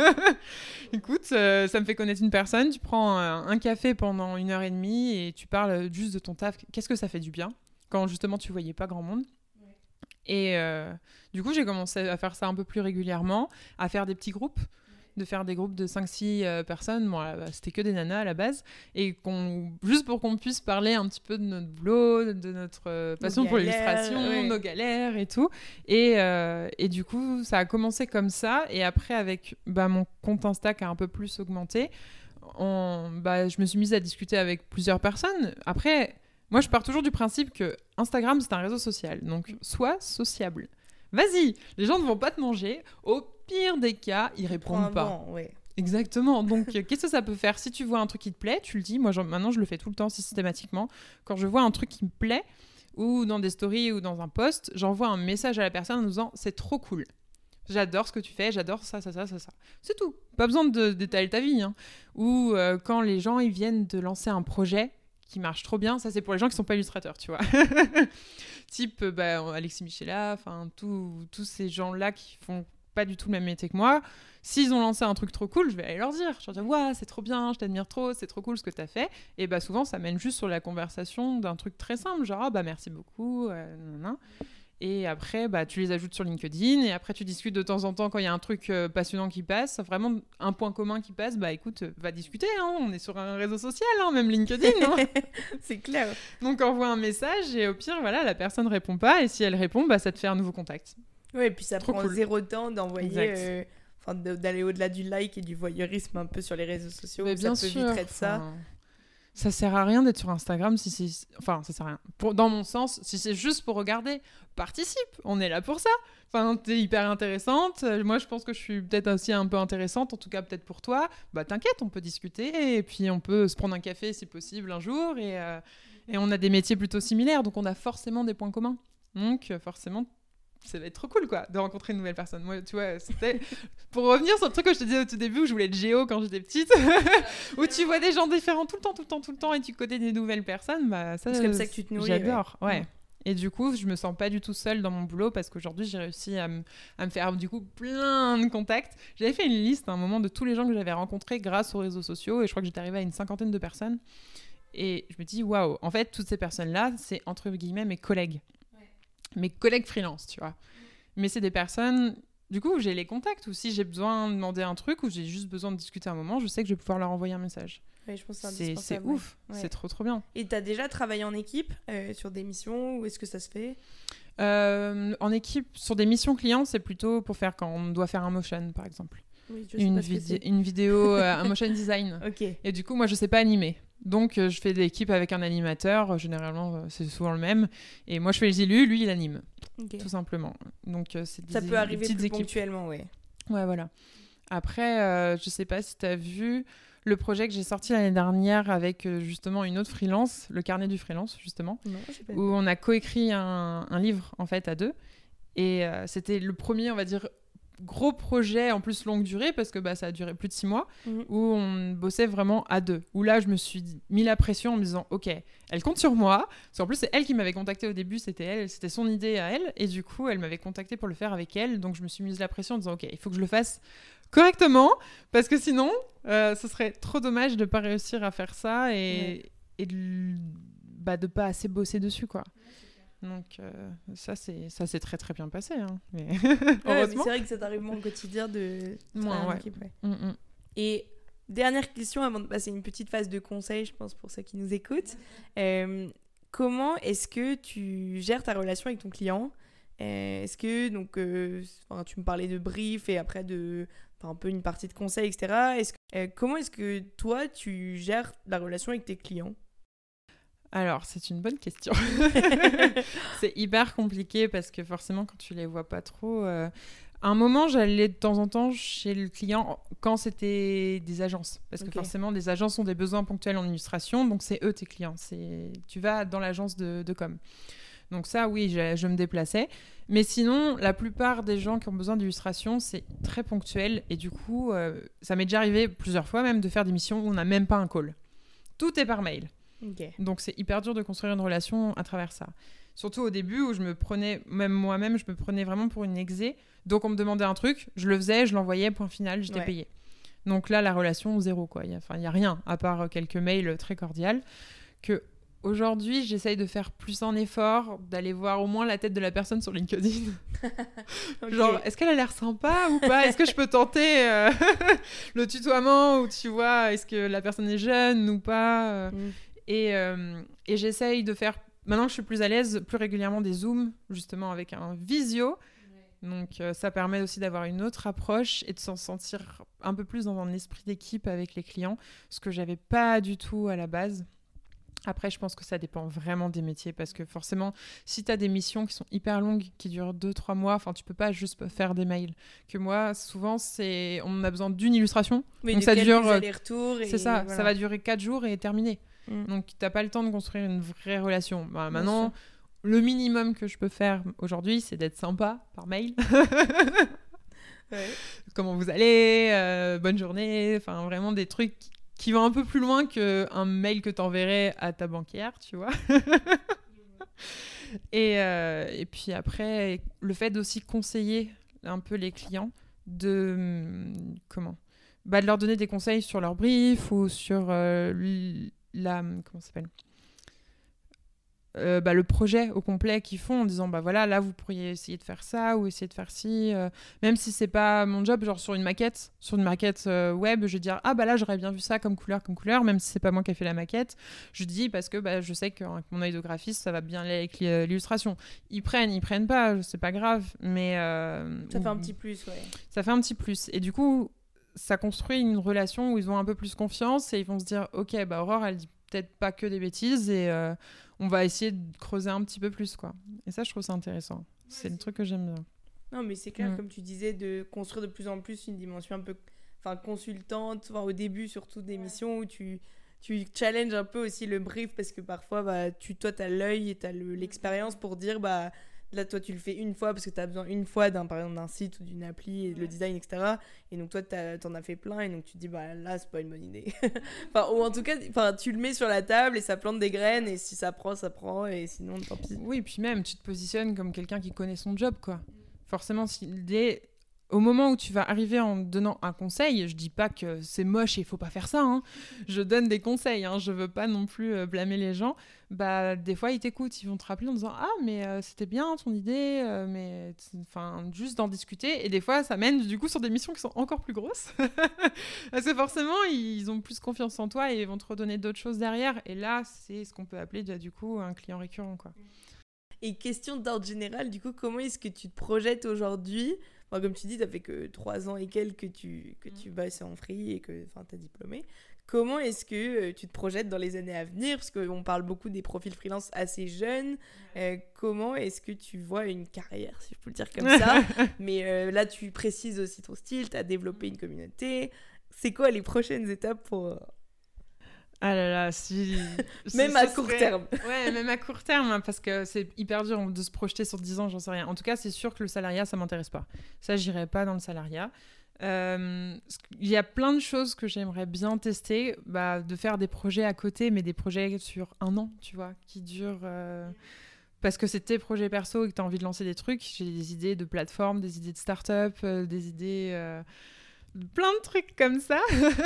Écoute, euh, ça me fait connaître une personne. Tu prends un, un café pendant une heure et demie et tu parles juste de ton taf. Qu'est-ce que ça fait du bien quand justement tu voyais pas grand monde. Ouais. Et euh, du coup, j'ai commencé à faire ça un peu plus régulièrement, à faire des petits groupes. De faire des groupes de cinq six euh, personnes. Bon, là, c'était que des nanas à la base. Et qu'on, juste pour qu'on puisse parler un petit peu de notre boulot, de notre euh, passion pour l'illustration, ouais. Nos galères et tout. Et, euh, et du coup, ça a commencé comme ça. Et après, avec bah, mon compte Insta qui a un peu plus augmenté, on, bah, je me suis mise à discuter avec plusieurs personnes. Après, moi, je pars toujours du principe que Instagram, c'est un réseau social. Donc, sois sociable. Vas-y, les gens ne vont pas te manger. Au pire des cas, ils répondent pas. Bon, ouais. Exactement. Donc, qu'est-ce que ça peut faire ? Si tu vois un truc qui te plaît, tu le dis. Moi, genre, maintenant, je le fais tout le temps systématiquement. Quand je vois un truc qui me plaît, ou dans des stories ou dans un post, j'envoie un message à la personne en nous disant « c'est trop cool. J'adore ce que tu fais, j'adore ça, ça, ça, ça, ça. » C'est tout. Pas besoin de détailler ta vie. Hein. Ou euh, quand les gens ils viennent de lancer un projet qui marche trop bien, ça c'est pour les gens qui sont pas illustrateurs, tu vois. Type bah, Alexis Michela, enfin tous ces gens-là qui font pas du tout le même métier que moi. S'ils ont lancé un truc trop cool, je vais aller leur dire. Je vais leur dire, ouais, c'est trop bien, je t'admire trop, c'est trop cool ce que t'as fait. Et bah souvent, ça mène juste sur la conversation d'un truc très simple, genre, ah bah merci beaucoup, euh, nanana. Et après, bah, tu les ajoutes sur LinkedIn, et après, tu discutes de temps en temps quand il y a un truc euh, passionnant qui passe, vraiment un point commun qui passe, bah écoute, va discuter, hein, on est sur un réseau social, hein, même LinkedIn. Hein. C'est clair. Donc, envoie un message, et au pire, voilà, la personne répond pas, et si elle répond, bah ça te fait un nouveau contact. Ouais, et puis ça Trop prend cool. Zéro temps d'envoyer, euh, enfin d'aller au-delà du like et du voyeurisme un peu sur les réseaux sociaux. Mais bien ça sûr. peut vite être ça. Ça sert à rien d'être sur Instagram si c'est... Enfin, ça sert à rien. Pour... Dans mon sens, si c'est juste pour regarder, participe. On est là pour ça. Enfin, t'es hyper intéressante. Moi, je pense que je suis peut-être aussi un peu intéressante, en tout cas peut-être pour toi. Bah, t'inquiète, on peut discuter et puis on peut se prendre un café si possible un jour. Et, euh... et on a des métiers plutôt similaires, donc on a forcément des points communs. Donc, forcément, ça va être trop cool, quoi, de rencontrer une nouvelle personne. Moi, tu vois, c'était... Pour revenir sur le truc que je te disais au tout début, où je voulais être géo quand j'étais petite, où tu vois des gens différents tout le temps, tout le temps, tout le temps, et tu connais des nouvelles personnes, bah ça, c'est comme ça que tu te nourris. J'adore, ouais. ouais. ouais. Et du coup, je me sens pas du tout seule dans mon boulot, parce qu'aujourd'hui, j'ai réussi à, m- à me faire, du coup, plein de contacts. J'avais fait une liste à un moment de tous les gens que j'avais rencontrés grâce aux réseaux sociaux, et je crois que j'étais arrivée à une cinquantaine de personnes. Et je me dis, waouh, en fait, toutes ces personnes-là, c'est entre guillemets mes collègues. Mes collègues freelance, tu vois. Mais c'est des personnes, du coup, où j'ai les contacts, ou si j'ai besoin de demander un truc, ou j'ai juste besoin de discuter un moment, je sais que je vais pouvoir leur envoyer un message. Ouais, je pense que c'est C'est, indispensable. c'est ouf, ouais. c'est trop trop bien. Et t'as déjà travaillé en équipe euh, sur des missions, ou est-ce que ça se fait? euh, En équipe, sur des missions clients, c'est plutôt pour faire quand on doit faire un motion, par exemple. Oui, je sais Une, pas ce que vid- c'est. une vidéo, euh, un motion design. Ok. Et du coup, moi, je sais pas animer. Donc, euh, je fais des équipes avec un animateur. euh, Généralement, euh, c'est souvent le même. Et moi, je fais les élus, lui, il anime. Ok. Tout simplement. Donc, euh, c'est des, Ça peut des arriver petites plus équipes. ponctuellement, ouais. Ouais, voilà. Après, euh, je sais pas si tu as vu le projet que j'ai sorti l'année dernière avec euh, justement une autre freelance, le carnet du freelance, justement, Non, j'ai pas où on a coécrit un, un livre, en fait, à deux. Et euh, c'était le premier, on va dire, gros projet, en plus longue durée, parce que bah, ça a duré plus de six mois, Mhm. où on bossait vraiment à deux. Où là, je me suis dit- mis la pression en me disant, OK, elle compte sur moi. Parce qu'en plus, c'est elle qui m'avait contacté au début, c'était elle, c'était son idée à elle. Et du coup, elle m'avait contacté pour le faire avec elle. Donc, je me suis mise la pression en disant, OK, il faut que je le fasse correctement, parce que sinon, euh, ce serait trop dommage de ne pas réussir à faire ça et, Ouais. et de ne bah, de pas assez bosser dessus, quoi. Donc euh, ça, c'est, ça s'est très très bien passé. Hein. Mais... Ouais, mais Heureusement. c'est vrai que ça t'arrive moins au quotidien de Moi, travailler en ouais. équipe, ouais. Mm, mm. Et dernière question avant de passer une petite phase de conseil, je pense, pour ceux qui nous écoutent. Euh, comment est-ce que tu gères ta relation avec ton client? Euh, Est-ce que, donc, euh, enfin, tu me parlais de brief et après de, enfin, un peu une partie de conseil, et cetera. Est-ce que, euh, comment est-ce que toi, tu gères la relation avec tes clients? Alors, c'est une bonne question. C'est hyper compliqué parce que forcément, quand tu les vois pas trop... euh, À un moment, j'allais de temps en temps chez le client quand c'était des agences. Parce que Ok. forcément, les agences ont des besoins ponctuels en illustration, donc c'est eux tes clients. C'est... Tu vas dans l'agence de, de com. Donc ça, oui, je, je me déplaçais. Mais sinon, la plupart des gens qui ont besoin d'illustration, c'est très ponctuel. Et du coup, euh, ça m'est déjà arrivé plusieurs fois même de faire des missions où on n'a même pas un call. Tout est par mail. Ok. Donc c'est hyper dur de construire une relation à travers ça. Surtout au début où je me prenais, même moi-même, je me prenais vraiment pour une exé. Donc on me demandait un truc, je le faisais, je l'envoyais, point final, j'étais Ouais. payée. Donc là, la relation, zéro, quoi. Il y a, enfin, il y a rien, à part quelques mails très cordiales. Que aujourd'hui, j'essaye de faire plus en effort, d'aller voir au moins la tête de la personne sur LinkedIn. Ok. Genre, est-ce qu'elle a l'air sympa ou pas? Est-ce que je peux tenter euh, le tutoiement ou tu vois, est-ce que la personne est jeune ou pas? Mm. Et, euh, et j'essaye de faire, maintenant que je suis plus à l'aise, plus régulièrement des zooms, justement avec un visio. Donc euh, ça permet aussi d'avoir une autre approche et de s'en sentir un peu plus dans un esprit d'équipe avec les clients, ce que j'avais pas du tout à la base. Après, je pense que ça dépend vraiment des métiers parce que forcément, si tu as des missions qui sont hyper longues, qui durent deux trois mois, enfin, tu peux pas juste faire des mails. Que moi, souvent, c'est on a besoin d'une illustration. Oui, donc de ça quelques dure, euh, allers-retours et C'est ça, voilà. ça va durer quatre jours et terminé. Mm. Donc, t'as pas le temps de construire une vraie relation. Bah, Bien maintenant, sûr. le minimum que je peux faire aujourd'hui, c'est d'être sympa par mail. Ouais. Comment vous allez, euh, bonne journée, enfin vraiment des trucs qui vont un peu plus loin qu'un mail que t'enverrais à ta banquière, tu vois. et, euh, et puis après, le fait d'aussi conseiller un peu les clients, de hum, comment bah, de leur donner des conseils sur leur brief ou sur euh, l- la comment ça s'appelle Euh, bah, le projet au complet qu'ils font en disant bah voilà là vous pourriez essayer de faire ça ou essayer de faire ci euh, même si c'est pas mon job, genre sur une maquette sur une maquette euh, web, je vais dire ah bah là j'aurais bien vu ça comme couleur comme couleur, même si c'est pas moi qui ai fait la maquette, je dis parce que bah, je sais qu'avec mon œil de graphiste ça va bien aller avec l'illustration. Ils prennent ils prennent pas, c'est pas grave, mais euh, Ça fait un petit plus, ouais. ça fait un petit plus et du coup ça construit une relation où ils ont un peu plus confiance et ils vont se dire ok bah Aurore elle dit peut-être pas que des bêtises et euh, on va essayer de creuser un petit peu plus, quoi. Et ça, je trouve ça intéressant. Ouais, c'est le truc que j'aime bien. Non, mais c'est clair, Mm. comme tu disais, de construire de plus en plus une dimension un peu enfin, consultante, enfin, au début, surtout des missions où tu, tu challenges un peu aussi le brief parce que parfois, bah, tu, toi, tu as l'œil et tu as l'expérience pour dire, bah, là, toi, tu le fais une fois parce que tu as besoin une fois, d'un, par exemple, d'un site ou d'une appli, et ouais. le design, et cetera. Et donc, toi, t'en as fait plein et donc tu te dis, bah là, c'est pas une bonne idée. Enfin, ou en tout cas, tu le mets sur la table et ça plante des graines et si ça prend, ça prend et sinon, tant pis. Oui, puis même, tu te positionnes comme quelqu'un qui connaît son job, quoi. Forcément, si l'idée... Au moment où tu vas arriver en donnant un conseil, je dis pas que c'est moche et il faut pas faire ça, hein. Je donne des conseils, hein. Je veux pas non plus euh, blâmer les gens. Bah, des fois, ils t'écoutent, ils vont te rappeler en disant « Ah, mais euh, c'était bien ton idée, euh, mais... » Enfin, juste d'en discuter. Et des fois, ça mène du coup sur des missions qui sont encore plus grosses. Parce que forcément, ils ont plus confiance en toi et ils vont te redonner d'autres choses derrière. Et là, c'est ce qu'on peut appeler du coup un client récurrent, quoi. Et question d'ordre général, du coup, comment est-ce que tu te projettes aujourd'hui ? Enfin, comme tu dis, ça fait que trois ans et quelques que tu, que tu bosses en free et que tu es diplômé. Comment est-ce que euh, tu te projettes dans les années à venir ? Parce qu'on parle beaucoup des profils freelance assez jeunes. Euh, comment est-ce que tu vois une carrière, si je peux le dire comme ça ? Mais euh, là, tu précises aussi ton style, tu as développé une communauté. C'est quoi les prochaines étapes pour... Ah là là, si... même à court serait... terme. Ouais, même à court terme, hein, parce que c'est hyper dur de se projeter sur dix ans, j'en sais rien. En tout cas, c'est sûr que le salariat, ça m'intéresse pas. Ça, j'irai pas dans le salariat. Euh, il y a plein de choses que j'aimerais bien tester, bah, de faire des projets à côté, mais des projets sur un an, tu vois, qui durent... Euh... Parce que c'est tes projets perso et que tu as envie de lancer des trucs. J'ai des idées de plateforme, des idées de start-up, euh, des idées... Euh... plein de trucs comme ça.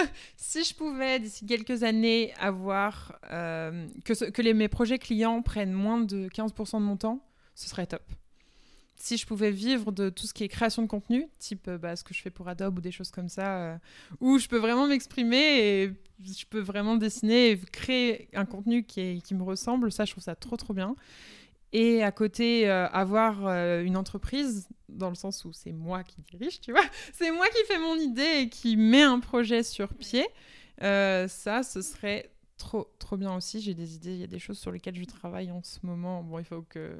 Si je pouvais, d'ici quelques années, avoir... Euh, que, ce, que les, mes projets clients prennent moins de quinze pour cent de mon temps, ce serait top. Si je pouvais vivre de tout ce qui est création de contenu, type bah, ce que je fais pour Adobe ou des choses comme ça, euh, où je peux vraiment m'exprimer et je peux vraiment dessiner et créer un contenu qui, est, qui me ressemble, ça, je trouve ça trop, trop bien. Et à côté, euh, avoir euh, une entreprise, dans le sens où c'est moi qui dirige, tu vois, c'est moi qui fais mon idée et qui met un projet sur pied, euh, ça, ce serait trop, trop bien aussi. J'ai des idées, il y a des choses sur lesquelles je travaille en ce moment. Bon, il faut que...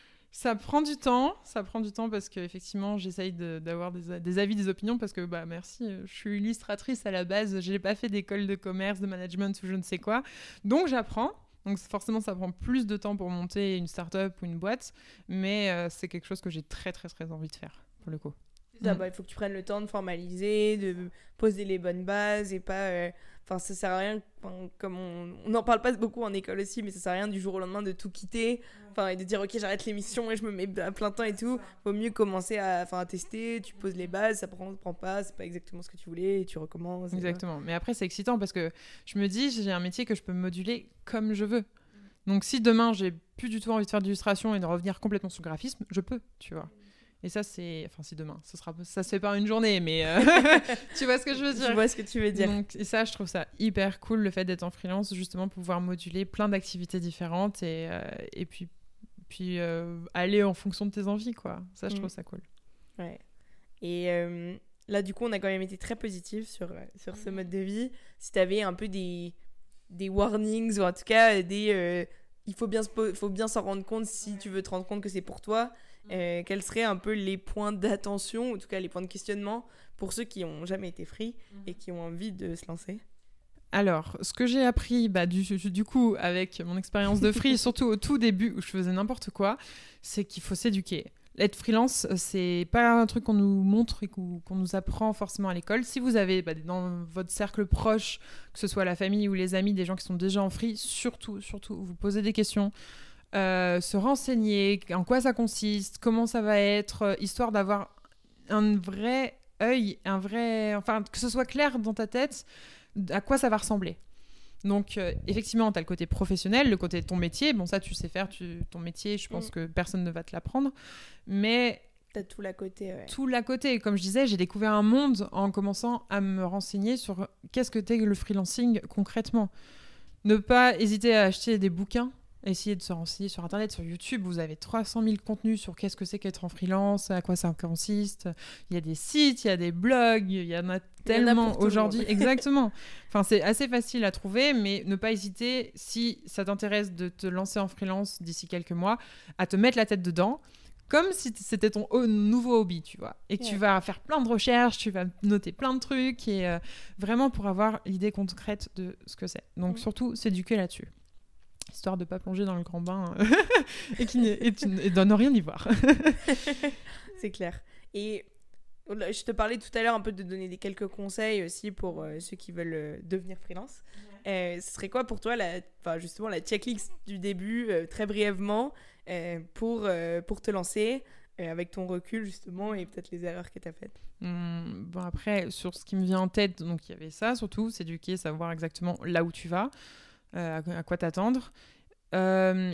Ça prend du temps, ça prend du temps parce qu'effectivement, j'essaye de, d'avoir des, des avis, des opinions parce que, bah, merci, je suis illustratrice à la base, je n'ai pas fait d'école de commerce, de management ou je ne sais quoi, donc j'apprends. Donc forcément, ça prend plus de temps pour monter une start-up ou une boîte, mais euh, c'est quelque chose que j'ai très, très, très envie de faire, pour le coup. C'est ça, mm. bah, il faut que tu prennes le temps de formaliser, de poser les bonnes bases et pas... Enfin, euh, ça sert à rien, comme on n'en parle pas beaucoup en école aussi, mais ça sert à rien du jour au lendemain de tout quitter, enfin, et de dire, ok, j'arrête l'émission et je me mets à plein temps et tout. Vaut mieux commencer à, à tester, tu poses les bases, ça prend, prend pas, c'est pas exactement ce que tu voulais et tu recommences. Exactement, mais après, c'est excitant parce que je me dis, j'ai un métier que je peux moduler comme je veux. Donc si demain, j'ai plus du tout envie de faire d'illustration et de revenir complètement sur le graphisme, je peux, tu vois. Et ça, c'est... Enfin, si demain, ce sera... ça se fait pas en une journée, mais euh... tu vois ce que je veux dire. Je vois ce que tu veux dire. Donc, et ça, je trouve ça hyper cool, le fait d'être en freelance, justement, pour pouvoir moduler plein d'activités différentes et, euh, et puis, puis euh, aller en fonction de tes envies, quoi. Ça, je mmh. trouve ça cool. Ouais. Et euh, là, du coup, on a quand même été très positifs sur, sur ce mode de vie. Si tu avais un peu des, des warnings, ou en tout cas, des... Euh, il faut bien, faut bien s'en rendre compte si tu veux te rendre compte que c'est pour toi. Euh, quels seraient un peu les points d'attention, en tout cas les points de questionnement pour ceux qui n'ont jamais été free et qui ont envie de se lancer? Alors, ce que j'ai appris bah, du, du coup avec mon expérience de free, surtout au tout début où je faisais n'importe quoi, c'est qu'il faut s'éduquer. Être freelance, c'est pas un truc qu'on nous montre et qu'on, qu'on nous apprend forcément à l'école. Si vous avez bah, dans votre cercle proche, que ce soit la famille ou les amis, des gens qui sont déjà en free, surtout, surtout, vous posez des questions. Euh, se renseigner, en quoi ça consiste, comment ça va être, euh, histoire d'avoir un vrai œil, un vrai, enfin que ce soit clair dans ta tête à quoi ça va ressembler. Donc euh, effectivement, tu as le côté professionnel, le côté de ton métier, bon ça tu sais faire tu, ton métier, je pense mmh. que personne ne va te l'apprendre, mais t'as tout l'à côté. Ouais. Tout l'à côté, comme je disais, j'ai découvert un monde en commençant à me renseigner sur qu'est-ce que t'es le freelancing concrètement. Ne pas hésiter à acheter des bouquins. Essayez de se renseigner sur Internet, sur YouTube. Vous avez trois cent mille contenus sur qu'est-ce que c'est qu'être en freelance, à quoi ça consiste. Il y a des sites, il y a des blogs, il y en a tellement en a aujourd'hui. Exactement. Enfin, c'est assez facile à trouver, mais ne pas hésiter, si ça t'intéresse de te lancer en freelance d'ici quelques mois, à te mettre la tête dedans, comme si c'était ton nouveau hobby, tu vois. Et que yeah. tu vas faire plein de recherches, tu vas noter plein de trucs, et euh, vraiment pour avoir l'idée concrète de ce que c'est. Donc, mmh. surtout, s'éduquer là-dessus. histoire de pas plonger dans le grand bain et, qui, et, et de ne rien y voir. C'est clair. Et je te parlais tout à l'heure un peu de donner des quelques conseils aussi pour euh, ceux qui veulent euh, devenir freelance. Ouais. Euh, ce serait quoi pour toi, la, justement, la checklist du début, euh, très brièvement, euh, pour, euh, pour te lancer, euh, avec ton recul, justement, et peut-être les erreurs que tu as faites? Hum, bon après, sur ce qui me vient en tête, donc il y avait ça, surtout, s'éduquer, savoir exactement là où tu vas, euh, à, à quoi t'attendre. Euh,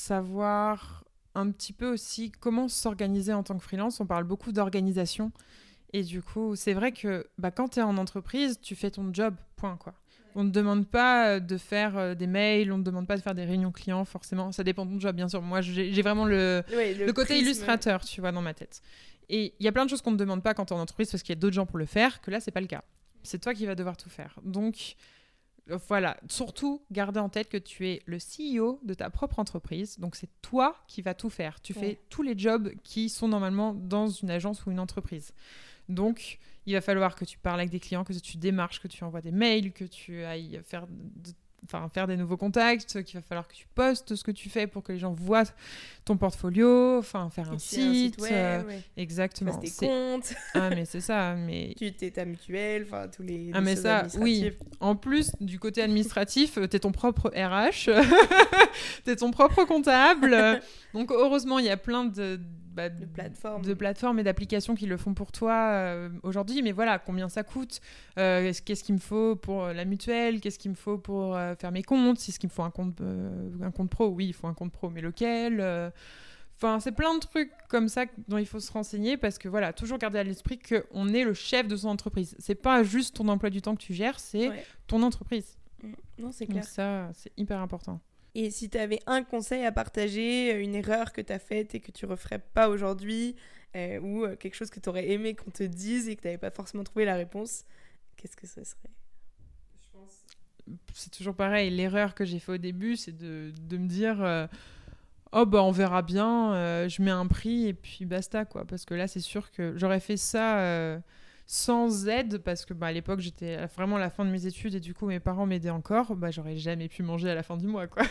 savoir un petit peu aussi comment s'organiser en tant que freelance. On parle beaucoup d'organisation. Et du coup, c'est vrai que bah, quand tu es en entreprise, tu fais ton job, point, quoi. On ne te demande pas de faire euh, des mails, on ne te demande pas de faire des réunions clients, forcément. Ça dépend de ton job, bien sûr. Moi, j'ai, j'ai vraiment le, ouais, le, le côté prisme. illustrateur, tu vois, dans ma tête. Et il y a plein de choses qu'on ne te demande pas quand tu es en entreprise parce qu'il y a d'autres gens pour le faire, que là, c'est pas le cas. C'est toi qui vas devoir tout faire. Donc, voilà. Surtout, garder en tête que tu es le C E O de ta propre entreprise. Donc, c'est toi qui vas tout faire. Tu ouais. fais tous les jobs qui sont normalement dans une agence ou une entreprise. Donc, il va falloir que tu parles avec des clients, que tu démarches, que tu envoies des mails, que tu ailles faire, de, enfin, faire des nouveaux contacts, qu'il va falloir que tu postes ce que tu fais pour que les gens voient ton portfolio, enfin, faire un site. Un site web, euh, ouais. Exactement. Tu fasses des comptes. Ah, mais c'est ça. Mais... tu t'es ta mutuelle, enfin, tous les, ah, les mais choses ça, oui. En plus, du côté administratif, t'es ton propre R H, t'es ton propre comptable. Donc, heureusement, il y a plein de... Bah, de plateformes. de plateformes et d'applications qui le font pour toi euh, aujourd'hui, mais voilà, combien ça coûte, euh, qu'est-ce qu'il me faut pour la mutuelle, qu'est-ce qu'il me faut pour euh, faire mes comptes, si ce qu'il me faut un compte, euh, un compte pro, oui, il faut un compte pro, mais lequel euh... Enfin, c'est plein de trucs comme ça dont il faut se renseigner parce que voilà, toujours garder à l'esprit qu'on est le chef de son entreprise. C'est pas juste ton emploi du temps que tu gères, c'est ouais. ton entreprise. Mmh. Non, c'est clair. Donc ça, c'est hyper important. Et si tu avais un conseil à partager, une erreur que tu as faite et que tu referais pas aujourd'hui, euh, ou euh, quelque chose que tu aurais aimé qu'on te dise et que tu n'avais pas forcément trouvé la réponse, qu'est-ce que ça serait ? Je pense... C'est toujours pareil, l'erreur que j'ai fait au début, c'est de, de me dire euh, « Oh bah on verra bien, euh, je mets un prix et puis basta » quoi. Parce que là, c'est sûr que j'aurais fait ça... Euh, sans aide, parce que bah, à l'époque, j'étais vraiment à la fin de mes études et du coup, mes parents m'aidaient encore, bah, j'aurais jamais pu manger à la fin du mois, quoi.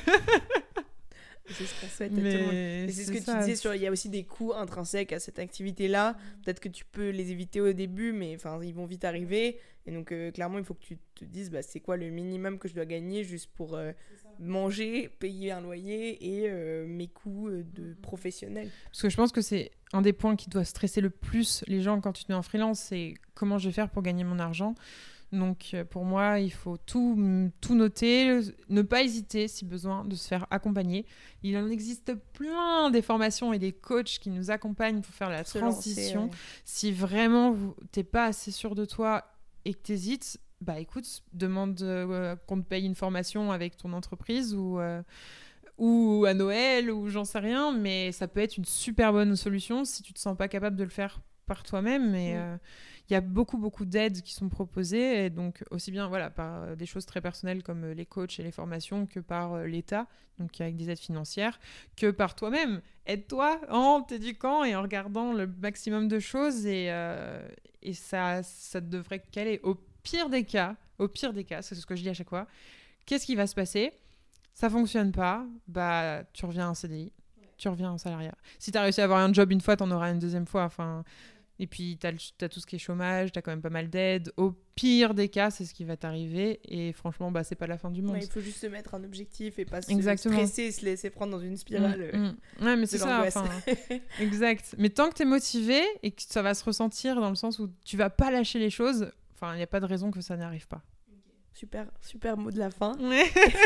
C'est ce qu'on souhaite à tout le monde. Et c'est, c'est ce que ça, tu disais, sur, il y a aussi des coûts intrinsèques à cette activité-là. Peut-être que tu peux les éviter au début, mais ils vont vite arriver. Et donc, euh, clairement, il faut que tu te dises, bah, c'est quoi le minimum que je dois gagner juste pour euh, manger, payer un loyer et euh, mes coûts de professionnel. Parce que je pense que c'est un des points qui doit stresser le plus les gens quand tu te mets en freelance, c'est comment je vais faire pour gagner mon argent. Donc pour moi, il faut tout, tout noter, ne pas hésiter si besoin de se faire accompagner. Il en existe plein des formations et des coachs qui nous accompagnent pour faire la se transition. Lancer, ouais. Si vraiment tu n'es pas assez sûr de toi et que tu hésites, bah écoute, demande euh, qu'on te paye une formation avec ton entreprise ou... Euh, ou à Noël, ou j'en sais rien, mais ça peut être une super bonne solution si tu te sens pas capable de le faire par toi-même. Mais il mmh. euh, y a beaucoup, beaucoup d'aides qui sont proposées, et donc aussi bien voilà, par euh, des choses très personnelles comme les coachs et les formations, que par euh, l'État, donc avec des aides financières, que par toi-même. Aide-toi en t'éduquant et en regardant le maximum de choses, et, euh, et ça, ça devrait caler. Au pire des cas, au pire des cas, c'est ce que je dis à chaque fois, qu'est-ce qui va se passer ? Ça fonctionne pas, bah tu reviens en C D I, ouais. tu reviens en salariat. Si tu as réussi à avoir un job une fois, tu en auras une deuxième fois. Enfin, et puis tu as tout ce qui est chômage, tu as quand même pas mal d'aides. Au pire des cas, c'est ce qui va t'arriver. Et franchement, bah, c'est pas la fin du monde. Ouais, il faut juste se mettre un objectif et pas se Exactement. stresser et se laisser prendre dans une spirale. Mmh, mmh. Ouais, mais c'est ça. Enfin, exact. Mais tant que tu es motivé et que ça va se ressentir dans le sens où tu vas pas lâcher les choses, il n'y a pas de raison que ça n'arrive pas. Super, super mot de la fin. Ouais.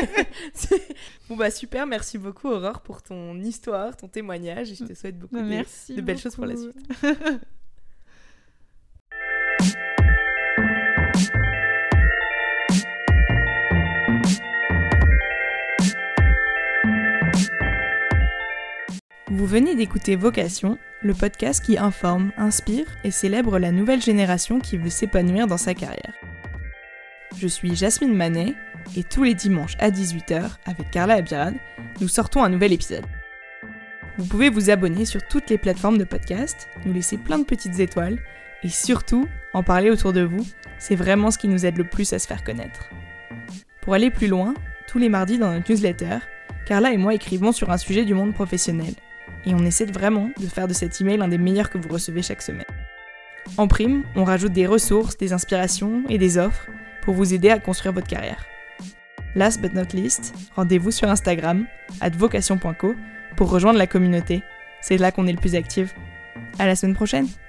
Bon bah super, merci beaucoup Aurore pour ton histoire, ton témoignage, et je te souhaite beaucoup de, de belles choses pour la suite. Vous venez d'écouter Vocation, le podcast qui informe, inspire et célèbre la nouvelle génération qui veut s'épanouir dans sa carrière. Je suis Jasmine Manet et tous les dimanches à dix-huit heures, avec Carla Abirad, nous sortons un nouvel épisode. Vous pouvez vous abonner sur toutes les plateformes de podcast, nous laisser plein de petites étoiles et surtout en parler autour de vous, c'est vraiment ce qui nous aide le plus à se faire connaître. Pour aller plus loin, tous les mardis dans notre newsletter, Carla et moi écrivons sur un sujet du monde professionnel. Et on essaie vraiment de faire de cet email un des meilleurs que vous recevez chaque semaine. En prime, on rajoute des ressources, des inspirations et des offres pour vous aider à construire votre carrière. Last but not least, rendez-vous sur Instagram, arobase vocation point co, pour rejoindre la communauté. C'est là qu'on est le plus actif. À la semaine prochaine!